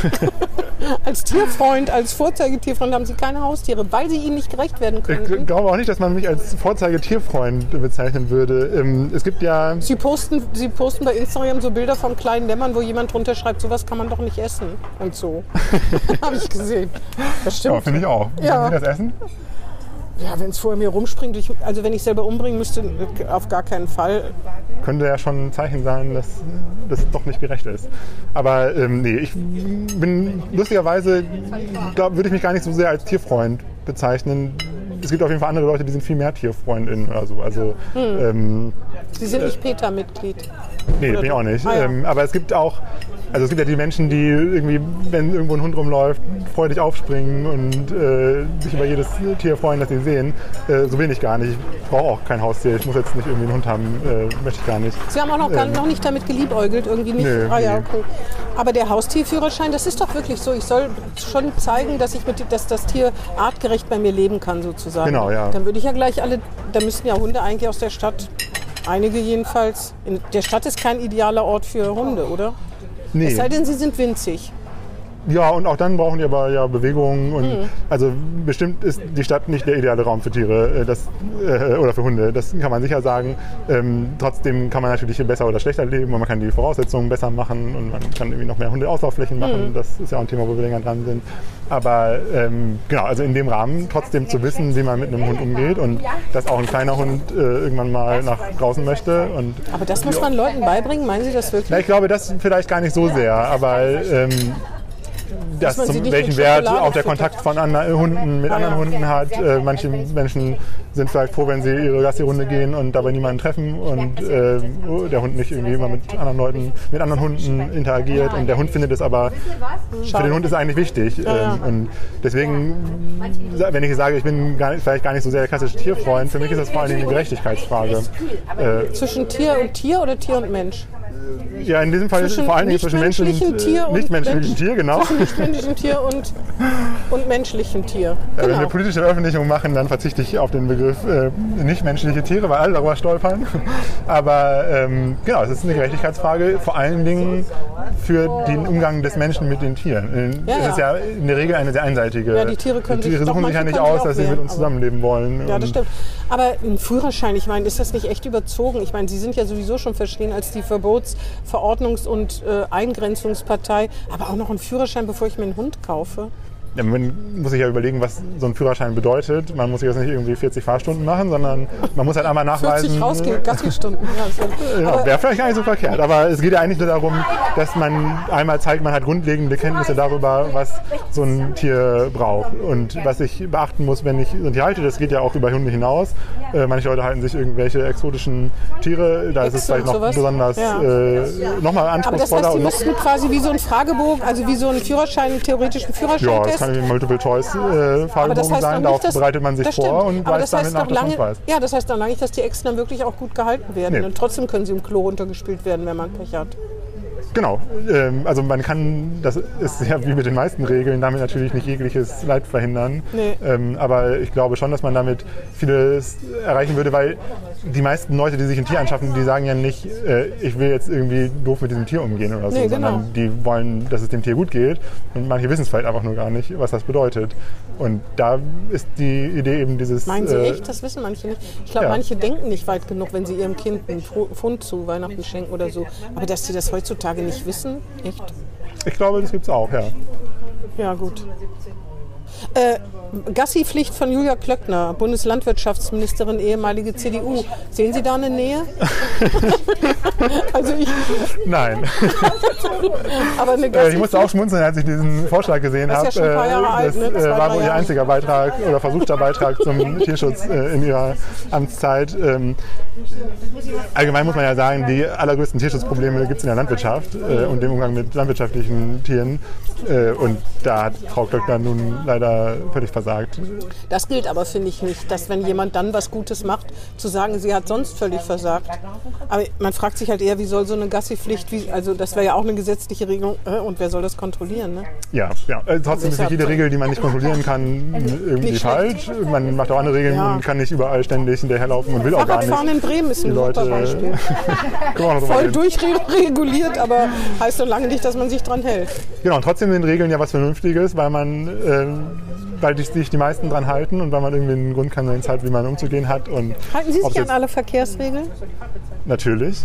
Als Tierfreund, als Vorzeigetierfreund haben Sie keine Haustiere, weil Sie ihnen nicht gerecht werden können. Ich glaube auch nicht, dass man mich als Vorzeigetierfreund bezeichnen würde. Es gibt ja... Sie posten, Sie posten bei Instagram so Bilder von kleinen Lämmern, wo jemand drunter schreibt, sowas kann man doch nicht essen und so. Habe ich gesehen. Das stimmt. Ja, finde ich auch. Ja. Können Sie das essen? Ja, wenn es vor mir rumspringt, ich, also wenn ich selber umbringen müsste, auf gar keinen Fall. Könnte ja schon ein Zeichen sein, dass das doch nicht gerecht ist. Aber ähm, nee, ich bin lustigerweise, glaub, würde ich mich gar nicht so sehr als Tierfreund bezeichnen. Es gibt auf jeden Fall andere Leute, die sind viel mehr TierfreundInnen oder so. Also, hm. ähm, Sie sind nicht PETA-Mitglied? Nee, bin ich auch nicht. Ah, ja. ähm, aber es gibt auch, also es gibt ja die Menschen, die irgendwie, wenn irgendwo ein Hund rumläuft, freudig aufspringen und äh, sich über jedes Tier freuen, das sie sehen. Äh, so bin ich gar nicht. Ich brauche auch kein Haustier. Ich muss jetzt nicht irgendwie einen Hund haben. Äh, möchte ich gar nicht. Sie haben auch noch, ähm, noch nicht damit geliebäugelt? Irgendwie nicht? Nee, ah, ja, nee. okay. Aber der Haustierführerschein, das ist doch wirklich so. Ich soll schon zeigen, dass, ich mit, dass das Tier artgerecht bei mir leben kann, sozusagen. Genau, ja. Dann würde ich ja gleich alle, da müssten ja Hunde eigentlich aus der Stadt, einige jedenfalls. In der Stadt ist kein idealer Ort für Hunde, oder? Nee. Es sei denn, sie sind winzig. Ja, und auch dann brauchen die aber ja Bewegung. Und Mhm. also bestimmt ist die Stadt nicht der ideale Raum für Tiere das, äh, oder für Hunde. Das kann man sicher sagen. Ähm, trotzdem kann man natürlich besser oder schlechter leben und man kann die Voraussetzungen besser machen und man kann irgendwie noch mehr Hundeauslaufflächen machen. Mhm. Das ist ja auch ein Thema, wo wir länger dran sind. Aber ähm, genau, also in dem Rahmen trotzdem zu wissen, wie man mit einem Hund umgeht und dass auch ein kleiner Hund äh, irgendwann mal nach draußen möchte. Und Aber das muss man Leuten beibringen, meinen Sie das wirklich? na, ich glaube, das vielleicht gar nicht so sehr, aber ähm, das man sie zum, nicht welchen mit Wert Schokolade auch der füttert. Kontakt von anderen Hunden mit Ah, anderen ja. Hunden hat. Äh, manche Menschen sind vielleicht froh, wenn sie ihre Gassi-Runde gehen und dabei niemanden treffen und äh, der Hund nicht irgendwie immer mit anderen Leuten, mit anderen Hunden interagiert. Und der Hund findet es aber, für den Hund ist es eigentlich wichtig. Ja, ja. Ähm, und deswegen, wenn ich sage, ich bin gar nicht, vielleicht gar nicht so sehr der klassische Tierfreund, für mich ist das vor allen Dingen eine Gerechtigkeitsfrage. Äh, Zwischen Tier und Tier oder Tier und Mensch? Ja, in diesem Fall ist es Zwischen vor allen Dingen zwischen Menschen und nichtmenschlichem Tier und nichtmenschlichem Mensch- Tier, genau. Zwischen nichtmenschlichem Tier und, und menschlichem Tier. Ja, wenn Genau. wir politische Veröffentlichungen machen, dann verzichte ich auf den Begriff äh, nichtmenschliche Tiere, weil alle darüber stolpern. Aber ähm, genau, es ist eine Gerechtigkeitsfrage, vor allen Dingen für den Umgang des Menschen mit den Tieren. Ja, es ja. ist ja in der Regel eine sehr einseitige. Ja, die Tiere können die Tiere sich- doch, suchen sich ja manche nicht können sich aus, auch dass sie mit wehren, uns aber- zusammenleben wollen. Ja, Und das stimmt. Aber ein Führerschein, ich meine, ist das nicht echt überzogen? Ich meine, Sie sind ja sowieso schon verstehen als die Verbots-, Verordnungs- und äh, Eingrenzungspartei. Aber auch noch einen Führerschein, bevor ich mir einen Hund kaufe? Ja, man muss sich ja überlegen, was so ein Führerschein bedeutet. Man muss sich jetzt nicht irgendwie vierzig Fahrstunden machen, sondern man muss halt einmal nachweisen. vierzig rausgehen, Gassi-Stunden. Ja, das Ja, wäre vielleicht gar nicht so verkehrt, aber es geht ja eigentlich nur darum, dass man einmal zeigt, man hat grundlegende Kenntnisse darüber, was so ein Tier braucht und was ich beachten muss, wenn ich so ein Tier halte. Das geht ja auch über Hunde hinaus. Äh, manche Leute halten sich irgendwelche exotischen Tiere, da ist es Echse vielleicht und noch sowas. besonders Ja. äh, nochmal Aber das anspruchsvoller. heißt, Sie und noch, müssten quasi wie so ein Fragebogen, also wie so einen Führerschein, einen theoretischen ja, Führerscheintest. das kann wie ein Multiple-Choice-Fragebogen Aber das heißt sein, noch darauf nicht, dass, bereitet man sich das vor stimmt. und Aber weiß das damit heißt nach, doch dass man lange, es weiß. ja, das heißt doch lange nicht, dass die Echsen dann wirklich auch gut gehalten werden. Nee. Und trotzdem können sie im Klo runtergespült werden, wenn man Pech hat. Genau, ähm, also man kann, das ist ja wie mit den meisten Regeln, damit natürlich nicht jegliches Leid verhindern. Nee. Ähm, aber ich glaube schon, dass man damit vieles erreichen würde, weil die meisten Leute, die sich ein Tier anschaffen, die sagen ja nicht, äh, ich will jetzt irgendwie doof mit diesem Tier umgehen oder so, Nee, genau. sondern die wollen, dass es dem Tier gut geht und manche wissen es vielleicht einfach nur gar nicht, was das bedeutet. Und da ist die Idee eben dieses... Meinen Sie äh, echt? Das wissen manche nicht. Ich glaube, ja. manche denken nicht weit genug, wenn sie ihrem Kind einen Pfund zu Weihnachten schenken oder so. Aber dass sie das heutzutage nicht wissen, echt? Ich glaube, das gibt es auch, ja. Ja, gut. Äh, Gassi-Pflicht von Julia Klöckner, Bundeslandwirtschaftsministerin, ehemalige C D U. Sehen Sie da eine Nähe? Also ich, Nein. aber eine Äh, Gassi Ich musste auch schmunzeln, als ich diesen Vorschlag gesehen habe. Das ist ja schon ein paar Jahre alt, ne? Das Zwei, äh, war drei wohl ihr Jahre. einziger Beitrag oder versuchter Beitrag zum Tierschutz äh, in ihrer Amtszeit. Ähm, Allgemein muss man ja sagen, die allergrößten Tierschutzprobleme gibt es in der Landwirtschaft äh, und dem Umgang mit landwirtschaftlichen Tieren. Äh, und da hat Frau Klöckner nun leider völlig versagt. Das gilt aber, finde ich, nicht, dass wenn jemand dann was Gutes macht, zu sagen, sie hat sonst völlig versagt. Aber man fragt sich halt eher, wie soll so eine Gassi-Pflicht, wie, also das wäre ja auch eine gesetzliche Regelung, äh, und wer soll das kontrollieren? Ne? Ja, ja. Äh, trotzdem ist nicht jede Regel, die man nicht kontrollieren kann, irgendwie Nicht falsch. Man macht auch andere Regeln Ja. und kann nicht überall ständig hinterherlaufen und will auch gar nicht. Fahrradfahren in Bremen ist ein Die Leute- super Beispiel. Können wir auch noch drüber Voll reden. durchreguliert, aber heißt noch lange nicht, dass man sich dran hält. Genau, und trotzdem sind Regeln ja was Vernünftiges, weil man, ähm, weil die- sich die meisten dran halten und weil man irgendwie einen Grund kann, hat, wie man umzugehen hat. Und Halten Sie ob sich an jetzt- alle Verkehrsregeln? Natürlich.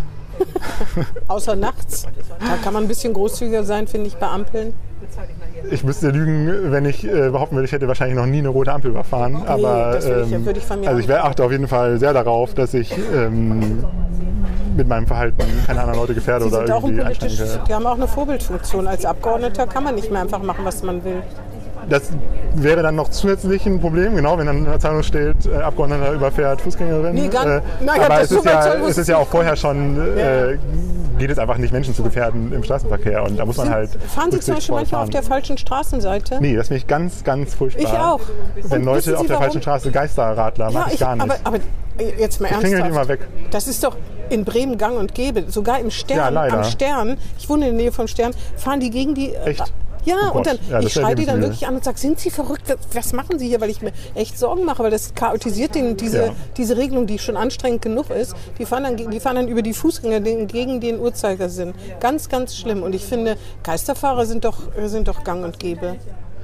Außer nachts. Da kann man ein bisschen großzügiger sein, finde ich, bei Ampeln. Ich müsste lügen, wenn ich äh, behaupten würde, ich hätte wahrscheinlich noch nie eine rote Ampel überfahren. Aber das würde ich- ähm, würde ich von mir also ich auch wär- achte auf jeden Fall sehr darauf, dass ich ähm, mit meinem Verhalten keine anderen Leute gefährde Sie oder sind auch ein irgendwie politisch, einschränke. die haben auch eine Vorbildfunktion. Als Abgeordneter kann man nicht mehr einfach machen, was man will. Das wäre dann noch zusätzlich ein Problem, genau, wenn dann in der Zeitung steht, äh, Abgeordneter überfährt Fußgängerin. Nee, gar- äh, naja, aber das es so ist, weit ja, soll es ist ja auch vorher schon, äh, geht es einfach nicht, Menschen zu gefährden im Straßenverkehr. Und da muss man halt Fahren Sie zum Beispiel rücksichtsvoll manchmal auf der falschen Straßenseite? Nee, das finde ich ganz, ganz furchtbar. Ich auch. Wenn Und Leute wissen auf Sie der warum? falschen Straße Geisterradler Ja, mag ich ich, gar nicht. aber, aber jetzt mal klingeln ernsthaft. die immer weg. Das ist doch in Bremen gang und gäbe. Sogar im Ja, Stern, leider. am Stern, ich wohne in der Nähe vom Stern, fahren die gegen die... äh, Echt? Ja, Oh und Gott. dann, Ja, das ich wäre schreie die dann lebensmüde. wirklich an und sage, sind Sie verrückt? Was, was machen Sie hier? Weil ich mir echt Sorgen mache, weil das chaotisiert den, diese, Ja. diese Regelung, die schon anstrengend genug ist. Die fahren dann, die fahren dann über die Fußgänger den- gegen den Uhrzeigersinn. Ganz, ganz schlimm. Und ich finde, Geisterfahrer sind doch, sind doch gang und gäbe.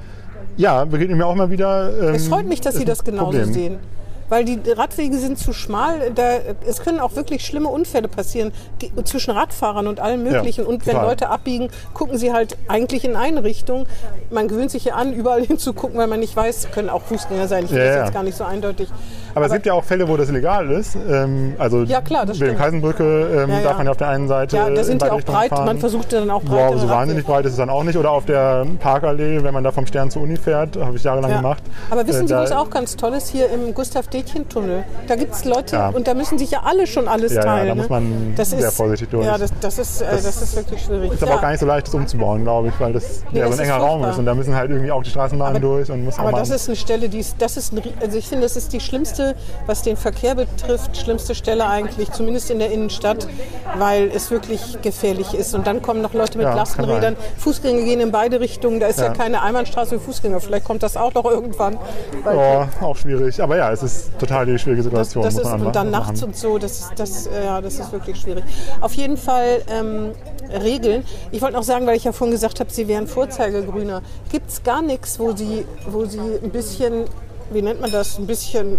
Ja, begegnet mir auch mal wieder. Ähm, Es freut mich, dass ist Sie ein das genauso Problem. sehen. Weil die Radwege sind zu schmal. Da, es können auch wirklich schlimme Unfälle passieren ge- zwischen Radfahrern und allem Möglichen. Ja, und wenn total. Leute abbiegen, gucken sie halt eigentlich in eine Richtung. Man gewöhnt sich ja an, überall hinzugucken, weil man nicht weiß, können auch Fußgänger sein. Ich will Ja, das ja. jetzt gar nicht so eindeutig Aber, aber es gibt ja auch Fälle, wo das legal ist. Ähm, also ja, klar, das stimmt. Wilhelm-Kaisenbrücke ähm, ja, ja. darf man ja auf der einen Seite ja, da sind die auch breit, fahren. man versucht dann auch breit. Wow, so wahnsinnig breit ist es dann auch nicht. Oder auf der Parkallee, wenn man da vom Stern zur Uni fährt, habe ich jahrelang ja. gemacht. Aber wissen äh, Sie, was auch ganz toll ist? Hier im Gustav-Detjen-Tunnel. Da gibt es Leute ja. und da müssen sich ja alle schon alles ja, teilen. Ja, da ne? muss man das sehr ist, vorsichtig durch. Ja, das, das, ist, äh, das, das ist wirklich schwierig. Ist aber ja. auch gar nicht so leicht, das umzubauen, glaube ich, weil das nee, ja das so ein enger Raum ist und da müssen halt irgendwie auch die Straßenbahnen aber, durch. Und muss aber auch das ist eine Stelle, die ist, das ist ein, also ich finde, das ist die schlimmste, was den Verkehr betrifft, schlimmste Stelle eigentlich, zumindest in der Innenstadt, weil es wirklich gefährlich ist. Und dann kommen noch Leute mit ja, Lastenrädern. Fußgänger gehen in beide Richtungen. Da ist ja, ja keine Einbahnstraße für Fußgänger. Vielleicht kommt das auch noch irgendwann. Ja, auch schwierig. Aber ja, es ist total die schwierige Situation. Das, das muss man ist, und dann machen. nachts und so, das ist, das, ja, das ist wirklich schwierig. Auf jeden Fall ähm, Regeln. Ich wollte noch sagen, weil ich ja vorhin gesagt habe, Sie wären Vorzeigegrüner. Gibt es gar nichts, wo Sie, wo Sie ein bisschen, wie nennt man das, ein bisschen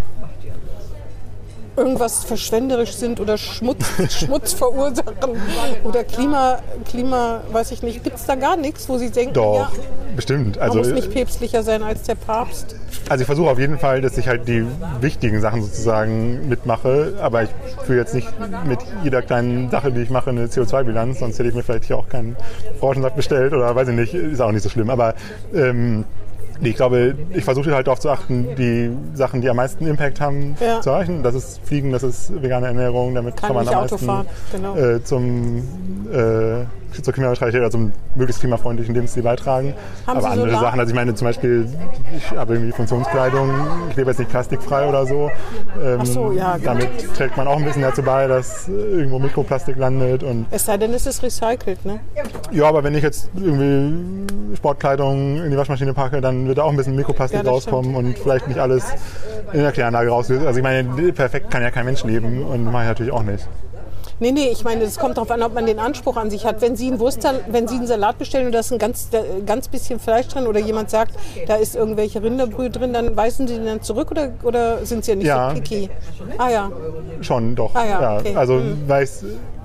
irgendwas verschwenderisch sind oder Schmutz, Schmutz verursachen oder Klima, Klima, weiß ich nicht. Gibt es da gar nichts, wo Sie denken, Doch, ja, bestimmt. Also, man muss nicht päpstlicher sein als der Papst? Also ich versuche auf jeden Fall, dass ich halt die wichtigen Sachen sozusagen mitmache, aber ich führe jetzt nicht mit jeder kleinen Sache, die ich mache, eine C O zwei Bilanz, sonst hätte ich mir vielleicht hier auch keinen Orangensaft bestellt oder weiß ich nicht, ist auch nicht so schlimm. Aber ähm, ich glaube, ich versuche halt darauf zu achten, die Sachen, die am meisten Impact haben, ja. zu erreichen. Das ist Fliegen, das ist vegane Ernährung, damit kann, kann man am Auto meisten fahren. Genau. äh, zum äh, zur Klimaneutralität oder zum möglichst klimafreundlichen Lebensstil beitragen. Haben Aber Sie andere Solar? Sachen, also ich meine zum Beispiel, ich habe irgendwie Funktionskleidung, ich lebe jetzt nicht plastikfrei oder so. Ähm, Ach so, ja, genau. Damit trägt man auch ein bisschen dazu bei, dass irgendwo Mikroplastik landet. Und es sei denn, es ist recycelt, ne? Ja, aber wenn ich jetzt irgendwie Sportkleidung in die Waschmaschine packe, dann wird da auch ein bisschen Mikroplastik ja, rauskommen stimmt. Und vielleicht nicht alles in der Kläranlage rauslösen. Also ich meine, perfekt kann ja kein Mensch leben und mache ich natürlich auch nicht. Nee, nee, ich meine, es kommt darauf an, ob man den Anspruch an sich hat. Wenn Sie einen, Wurst, wenn Sie einen Salat bestellen und da ist ein ganz, ganz bisschen Fleisch drin oder jemand sagt, da ist irgendwelche Rinderbrühe drin, dann weisen Sie den dann zurück oder, oder sind Sie ja nicht ja. so picky? Ah ja. Schon, doch. Ah, ja, ja. Okay. Also, hm. weil ich es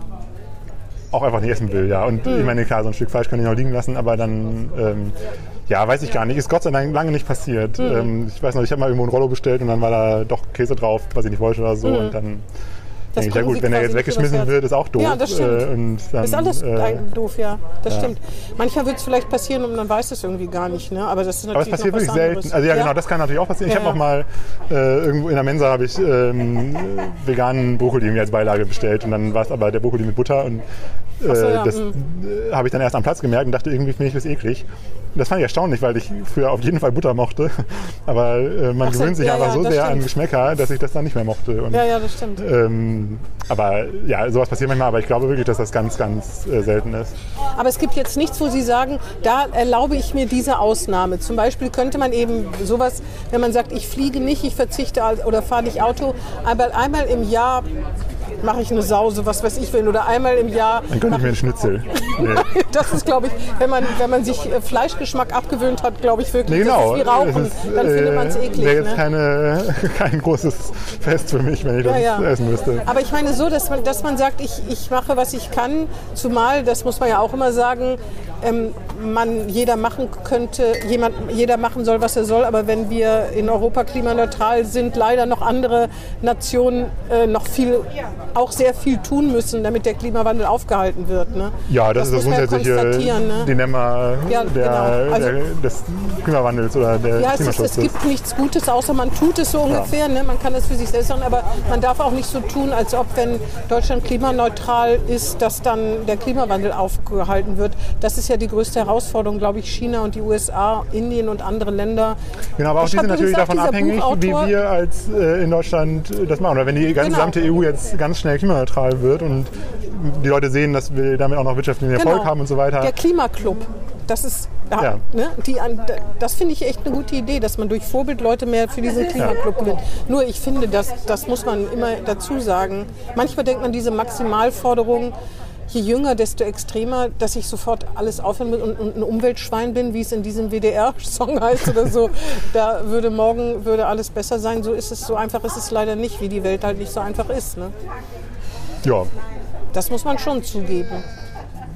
auch einfach nicht essen will, ja. Und hm. ich meine, klar, so ein Stück Fleisch kann ich noch liegen lassen, aber dann... Ähm, ja, weiß ich gar nicht. Ist Gott sei Dank lange nicht passiert. Mhm. Ähm, ich weiß noch, ich habe mal irgendwo ein Rollo bestellt und dann war da doch Käse drauf, was ich nicht wollte oder so. Mhm. Und dann das denke ich, ja gut, wenn er jetzt weggeschmissen wird, ist auch doof. Ja, das stimmt. Äh, und dann, ist alles äh, doof, ja. Das ja. stimmt. Manchmal wird es vielleicht passieren und man weiß es irgendwie gar nicht. Ne? Aber das ist natürlich Aber es passiert noch was wirklich anderes. selten. Also ja, ja, genau, das kann natürlich auch passieren. Ja, ich habe ja. auch mal äh, irgendwo in der Mensa habe ich ähm, veganen Brokkoli irgendwie als Beilage bestellt und dann war es aber der Brokkoli mit Butter und äh, so, ja, das äh, habe ich dann erst am Platz gemerkt und dachte, irgendwie finde ich das eklig. Das fand ich erstaunlich, weil ich früher auf jeden Fall Butter mochte. Aber äh, man so, gewöhnt sich ja, einfach ja, so sehr stimmt. an Geschmäcker, dass ich das dann nicht mehr mochte. Und, ja, ja, das stimmt. Ähm, aber ja, sowas passiert manchmal, aber ich glaube wirklich, dass das ganz, ganz äh, selten ist. Aber es gibt jetzt nichts, wo Sie sagen, da erlaube ich mir diese Ausnahme. Zum Beispiel könnte man eben sowas, wenn man sagt, ich fliege nicht, ich verzichte oder fahre nicht Auto, aber einmal im Jahr mache ich eine Sause, was weiß ich will, oder einmal im Jahr... Dann könnte ich mir einen Schnitzel. Nee. Das ist, glaube ich, wenn man, wenn man sich Fleischgeschmack abgewöhnt hat, glaube ich wirklich, nee, genau. Das ist wie Rauchen, ist, dann findet man es eklig. Wäre jetzt ne? keine, kein großes Fest für mich, wenn ich das ja, ja. essen müsste. Aber ich meine so, dass man, dass man sagt, ich, ich mache, was ich kann, zumal, das muss man ja auch immer sagen, ähm, man jeder machen könnte, jemand, jeder machen soll, was er soll, aber wenn wir in Europa klimaneutral sind, leider noch andere Nationen äh, noch viel, auch sehr viel tun müssen, damit der Klimawandel aufgehalten wird. Ne? Ja, das, das ist das grundsätzliche ja ne? Dilemma ja, der, genau. also, der, des Klimawandels oder der ja, Klimaschutzes. Es, es gibt nichts Gutes, außer man tut es so ungefähr. Ja. Ne? Man kann es für sich selbst sagen, aber man darf auch nicht so tun, als ob, wenn Deutschland klimaneutral ist, dass dann der Klimawandel aufgehalten wird. Das ist ja die größte Herausforderung, glaube ich, China und die U S A, Indien und andere Länder. Genau, aber auch die sind natürlich davon abhängig, wie wir als äh, in Deutschland das machen. Oder wenn die ganze gesamte genau. E U jetzt ganz schnell klimaneutral wird und die Leute sehen, dass wir damit auch noch wirtschaftlichen Erfolg genau. haben und so weiter. Der Klimaclub, das ist, ja, ja. Ne, die, das finde ich echt eine gute Idee, dass man durch Vorbild Leute mehr für diesen Klimaclub gewinnt. Ja. Nur ich finde, das, das muss man immer dazu sagen. Manchmal denkt man, diese Maximalforderung, je jünger, desto extremer, dass ich sofort alles aufhören will und, und ein Umweltschwein bin, wie es in diesem W D R-Song heißt oder so. Da würde morgen würde alles besser sein. So ist es, so einfach ist es leider nicht, wie die Welt halt nicht so einfach ist. Ne? Ja. Das muss man schon zugeben.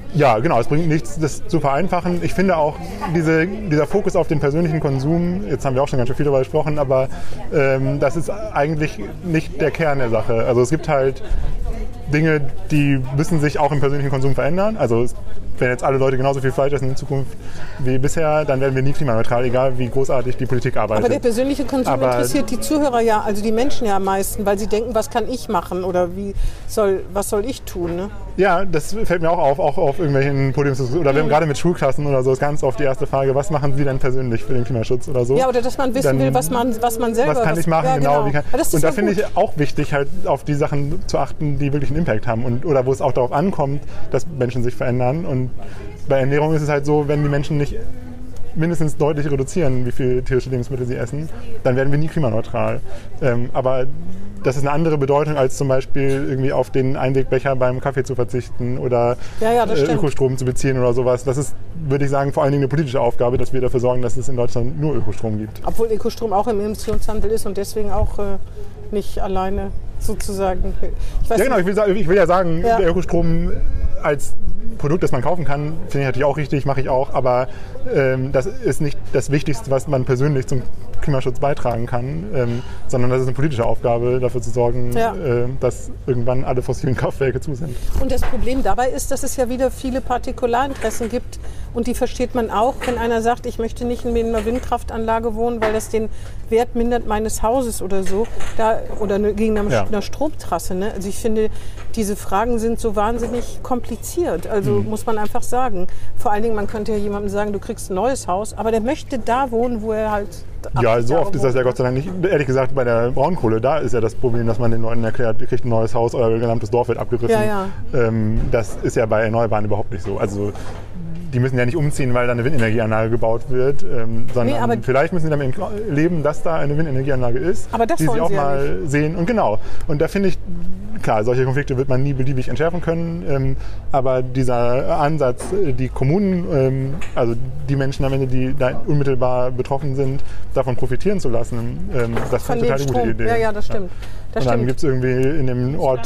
Ja, genau, es bringt nichts, das zu vereinfachen. Ich finde auch, diese, dieser Fokus auf den persönlichen Konsum, jetzt haben wir auch schon ganz schön viel darüber gesprochen, aber ähm, das ist eigentlich nicht der Kern der Sache. Also es gibt halt Dinge, die müssen sich auch im persönlichen Konsum verändern. Also wenn jetzt alle Leute genauso viel Fleisch essen in Zukunft wie bisher, dann werden wir nie klimaneutral, egal wie großartig die Politik arbeitet. Aber der persönliche Konsum Aber interessiert die Zuhörer ja, also die Menschen ja am meisten, weil sie denken, was kann ich machen oder wie soll, was soll ich tun? Ne? Ja, das fällt mir auch auf, auch auf irgendwelchen Podiums oder wir haben gerade mit Schulklassen oder so, ist ganz oft die erste Frage, was machen Sie denn persönlich für den Klimaschutz oder so? Ja, oder dass man wissen Dann, will, was man, was man selber... Was kann ich machen, ja, genau. genau. Wie kann, und da finde ich auch wichtig, halt auf die Sachen zu achten, die wirklich einen Impact haben und, oder wo es auch darauf ankommt, dass Menschen sich verändern. Und bei Ernährung ist es halt so, wenn die Menschen nicht mindestens deutlich reduzieren, wie viel tierische Lebensmittel sie essen, dann werden wir nie klimaneutral. Ähm, aber das ist eine andere Bedeutung, als zum Beispiel irgendwie auf den Einwegbecher beim Kaffee zu verzichten oder ja, ja, äh, Ökostrom zu beziehen oder sowas. Das ist, würde ich sagen, vor allen Dingen eine politische Aufgabe, dass wir dafür sorgen, dass es in Deutschland nur Ökostrom gibt. Obwohl Ökostrom auch im Emissionshandel ist und deswegen auch äh, nicht alleine sozusagen... Ich weiß ja genau, ich will, ich will ja sagen, ja. der Ökostrom als Produkt, das man kaufen kann, finde ich natürlich auch richtig, mache ich auch, aber ähm, das ist nicht das Wichtigste, was man persönlich zum Klimaschutz beitragen kann, ähm, sondern das ist eine politische Aufgabe, dafür zu sorgen, ja. äh, dass irgendwann alle fossilen Kraftwerke zu sind. Und das Problem dabei ist, dass es ja wieder viele Partikularinteressen gibt und die versteht man auch, wenn einer sagt, ich möchte nicht in einer Windkraftanlage wohnen, weil das den Wert mindert meines Hauses oder so, da, oder gegen eine, ja. einer Stromtrasse. Ne? Also ich finde, diese Fragen sind so wahnsinnig kompliziert, also mhm. muss man einfach sagen. Vor allen Dingen, man könnte ja jemandem sagen, du kriegst ein neues Haus, aber der möchte da wohnen, wo er halt... Ja, so oft ist das ja Gott sei Dank nicht. Ehrlich gesagt, bei der Braunkohle, da ist ja das Problem, dass man den Leuten erklärt, ihr kriegt ein neues Haus, euer gesamtes Dorf wird abgerissen. Ja, ja. Ähm, das ist ja bei Erneuerbaren überhaupt nicht so. Also die müssen ja nicht umziehen, weil da eine Windenergieanlage gebaut wird, ähm, sondern nee, vielleicht müssen sie damit leben, dass da eine Windenergieanlage ist, aber das die sie auch sie mal ja sehen. Und genau. Und da finde ich, klar, solche Konflikte wird man nie beliebig entschärfen können, ähm, aber dieser Ansatz, die Kommunen, ähm, also die Menschen am Ende, die da unmittelbar betroffen sind, davon profitieren zu lassen, ähm, das finde ich total eine gute Idee. Ja, ja, das stimmt. Das und dann gibt es irgendwie in dem Ort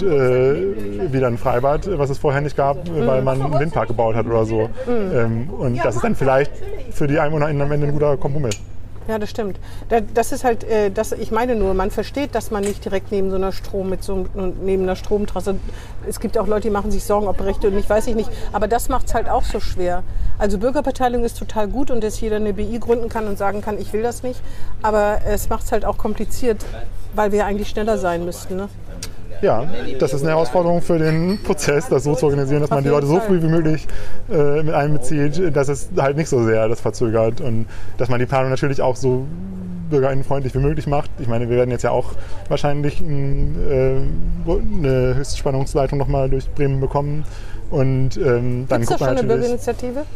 äh, wieder ein Freibad, was es vorher nicht gab, mhm. weil man einen Windpark gebaut hat oder so. Mhm. Ähm, und das ist dann vielleicht für die EinwohnerInnen am Ende ein guter Kompromiss. Ja, das stimmt. Das ist halt, das, ich meine nur, man versteht, dass man nicht direkt neben so einer Strom, mit so neben einer Stromtrasse, es gibt auch Leute, die machen sich Sorgen, ob Rechte und ich weiß ich nicht, aber das macht es halt auch so schwer. Also Bürgerbeteiligung ist total gut und dass jeder eine B I gründen kann und sagen kann, ich will das nicht, aber es macht es halt auch kompliziert, weil wir eigentlich schneller sein müssten, ne? Ja, das ist eine Herausforderung für den Prozess, das so zu organisieren, dass man die Leute so früh wie möglich äh, mit einbezieht, dass es halt nicht so sehr das verzögert und dass man die Planung natürlich auch so bürgerinnenfreundlich wie möglich macht. Ich meine, wir werden jetzt ja auch wahrscheinlich ein, äh, eine Höchstspannungsleitung nochmal durch Bremen bekommen und ähm, dann guckt man natürlich... Gibt es da schon eine Bürgerinitiative?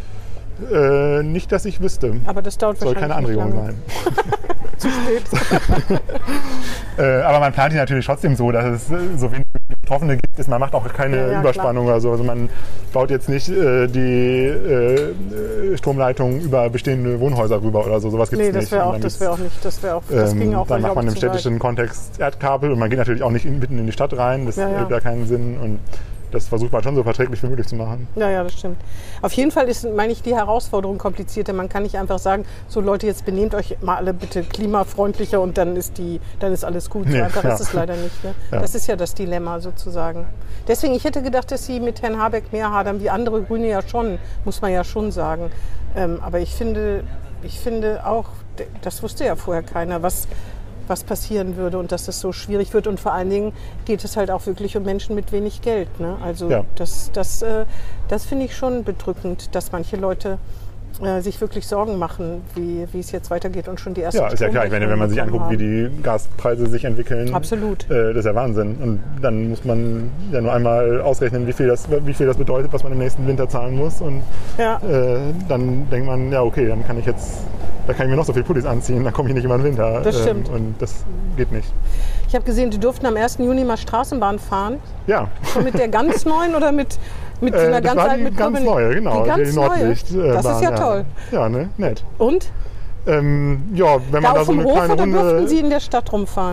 Äh, nicht, dass ich wüsste. Aber das dauert Soll keine Anregung sein. Zu spät. äh, aber man plant die natürlich trotzdem so, dass es so wenig Betroffene gibt. Man macht auch keine ja, ja, Überspannung klar. oder so. Also man baut jetzt nicht äh, die äh, Stromleitung über bestehende Wohnhäuser rüber oder so. Sowas gibt es nee, nicht. Nee, das wäre auch, das wär auch nicht. Das, wär auch, das ähm, ging auch dann macht man im städtischen weit. Kontext Erdkabel und man geht natürlich auch nicht in, mitten in die Stadt rein. Das ja, ja. hat ja keinen Sinn. Und das versucht man schon so verträglich wie möglich zu machen. Ja, ja, das stimmt. Auf jeden Fall ist, meine ich, die Herausforderung komplizierter. Man kann nicht einfach sagen, so Leute, jetzt benehmt euch mal alle bitte klimafreundlicher und dann ist, die, dann ist alles gut. So nee, einfach ja. ist es leider nicht. Ne? Ja. Das ist ja das Dilemma sozusagen. Deswegen, ich hätte gedacht, dass Sie mit Herrn Habeck mehr hadern, wie andere Grüne ja schon, muss man ja schon sagen. Ähm, aber ich finde, ich finde auch, das wusste ja vorher keiner, was... was passieren würde und dass das so schwierig wird. Und vor allen Dingen geht es halt auch wirklich um Menschen mit wenig Geld. Ne? Also ja. das, das, äh, das finde ich schon bedrückend, dass manche Leute äh, sich wirklich Sorgen machen, wie, wie es jetzt weitergeht und schon die ersten Ja, ist ja klar. Ich meine, wenn man sich anguckt, haben. wie die Gaspreise sich entwickeln, Absolut. Äh, das ist ja Wahnsinn. Und dann muss man ja nur einmal ausrechnen, wie viel das, wie viel das bedeutet, was man im nächsten Winter zahlen muss. Und ja. äh, dann denkt man, ja okay, dann kann ich jetzt Da kann ich mir noch so viel Pullis anziehen, dann komme ich nicht über den Winter. Das stimmt. Ähm, und das geht nicht. Ich habe gesehen, die durften am ersten Juni mal Straßenbahn fahren. Ja. Schon mit der ganz neuen oder mit, mit äh, einer das ganz alten? Mit ganz neue, genau. Die ganz die Nordlicht. Neue. Das ist ja, ja toll. Ja, ne? Nett. Und? Ähm, ja, wenn man da da so eine Hof, kleine oder Runde... durften Sie in der Stadt rumfahren?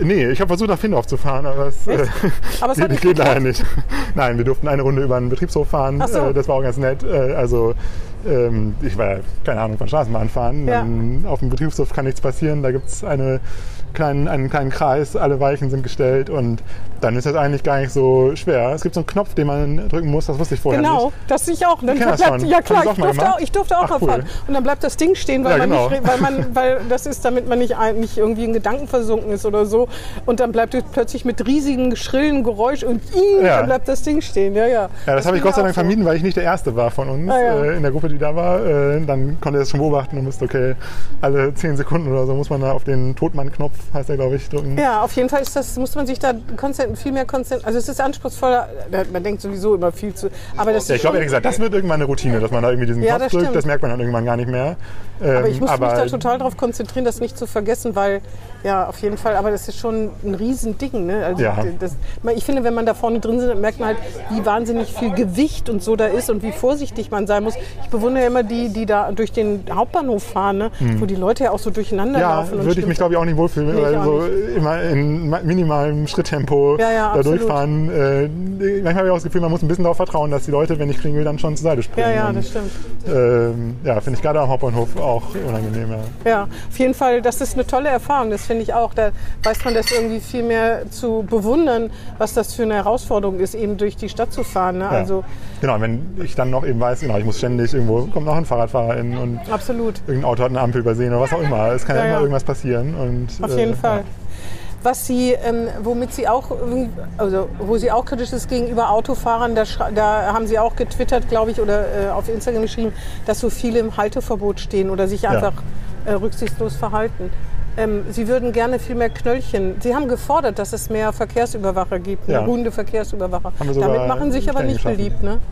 Nee, ich habe versucht, nach Findorf zu fahren, aber es, äh, aber es geht, hat nicht geht leider geklappt. nicht. Nein, wir durften eine Runde über den Betriebshof fahren. Ach so. Äh, das war auch ganz nett. Äh, also ähm, ich war ja keine Ahnung von Straßenbahn fahren. Ja. Dann auf dem Betriebshof kann nichts passieren. Da gibt es eine kleinen, einen kleinen Kreis, alle Weichen sind gestellt und dann ist das eigentlich gar nicht so schwer. Es gibt so einen Knopf, den man drücken muss, das wusste ich vorher Genau, nicht. das ich auch. Dann Ich kenn das bleibt, schon. ja Hast klar, du das ich auch mal durfte, gemacht? auch, ich durfte auch Ach, mal cool. fahren. Und dann bleibt das Ding stehen, weil Ja, man genau. nicht, weil man, weil das ist, damit man nicht, ein, nicht irgendwie in Gedanken versunken ist oder so. Und dann bleibt es plötzlich mit riesigen, schrillen Geräusch und ing, Ja. dann bleibt das Ding stehen. Ja, ja. Ja, das habe ich ging Gott sei mir Dank auch so. vermieden, weil ich nicht der Erste war von uns Ah, ja. äh, in der Gruppe, die da war. Äh, dann konnte er das schon beobachten und wusste, okay, alle zehn Sekunden oder so muss man da auf den Totmann-Knopf, heißt der, glaube ich, drücken. Ja, auf jeden Fall ist das, muss man sich da konzentri- viel mehr konzentrieren. Also es ist anspruchsvoller, man denkt sowieso immer viel zu, aber das Ja, ist ich glaube schon, ehrlich gesagt, das wird irgendwann eine Routine, dass man da irgendwie diesen Ja, Knopf das drückt. stimmt. Das merkt man dann irgendwann gar nicht mehr. Ähm, aber ich muss aber mich da total darauf konzentrieren, das nicht zu vergessen, weil, ja, auf jeden Fall, aber das ist schon ein Riesending. Ne? Also Ja. das, ich finde, wenn man da vorne drin sitzt, merkt man halt, wie wahnsinnig viel Gewicht und so da ist und wie vorsichtig man sein muss. Ich bewundere immer die, die da durch den Hauptbahnhof fahren, ne? Wo die Leute ja auch so durcheinander ja, laufen. und würde ich mich, glaube ich, auch nicht wohlfühlen, Nee, ich weil auch so immer in ma- minimalem Schritttempo Ja, ja, da absolut. durchfahren. Äh, manchmal habe ich auch das Gefühl, man muss ein bisschen darauf vertrauen, dass die Leute, wenn ich klingel, dann schon zur Seite springen. Ja, ja, Und, das stimmt. Ähm, ja, finde ich gerade am Hauptbahnhof auch unangenehm. Ja. Ja, auf jeden Fall, das ist eine tolle Erfahrung, das finde ich auch. Da weiß man das irgendwie viel mehr zu bewundern, was das für eine Herausforderung ist, eben durch die Stadt zu fahren. Ne? Ja. Also Genau, wenn ich dann noch eben weiß, genau, ich muss ständig irgendwo, kommt noch ein Fahrradfahrer in und absolut. irgendein Auto hat eine Ampel übersehen oder was auch immer. Es kann ja, Ja, immer ja. irgendwas passieren. Und, Auf jeden äh, Fall. Ja. Was sie, ähm, womit sie auch, irgendwie- also wo sie auch kritisch ist gegenüber Autofahrern, da, schra- da haben sie auch getwittert, glaube ich, oder äh, auf Instagram geschrieben, dass so viele im Halteverbot stehen oder sich einfach äh, rücksichtslos verhalten. Ähm, sie würden gerne viel mehr Knöllchen. Sie haben gefordert, dass es mehr Verkehrsüberwacher gibt, ne? Ja. ruhende Verkehrsüberwacher. Haben wir sogar Damit machen sie sich aber Stellen nicht geschaffen. beliebt, ne?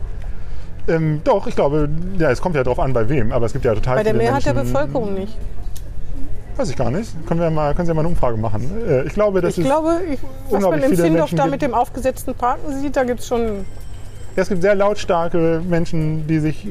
Ähm, doch, ich glaube, ja, es kommt ja darauf an, bei wem. Aber es gibt ja total Bei der viele Mehrheit Menschen, der Bevölkerung nicht. Weiß ich gar nicht. Können, wir mal, können Sie ja mal eine Umfrage machen. Äh, ich glaube, das Ich ist, glaube, ich, was man unglaublich in viele Findorf Menschen da gibt- mit dem aufgesetzten Parken sieht, da gibt es schon. ja, es gibt sehr lautstarke Menschen, die sich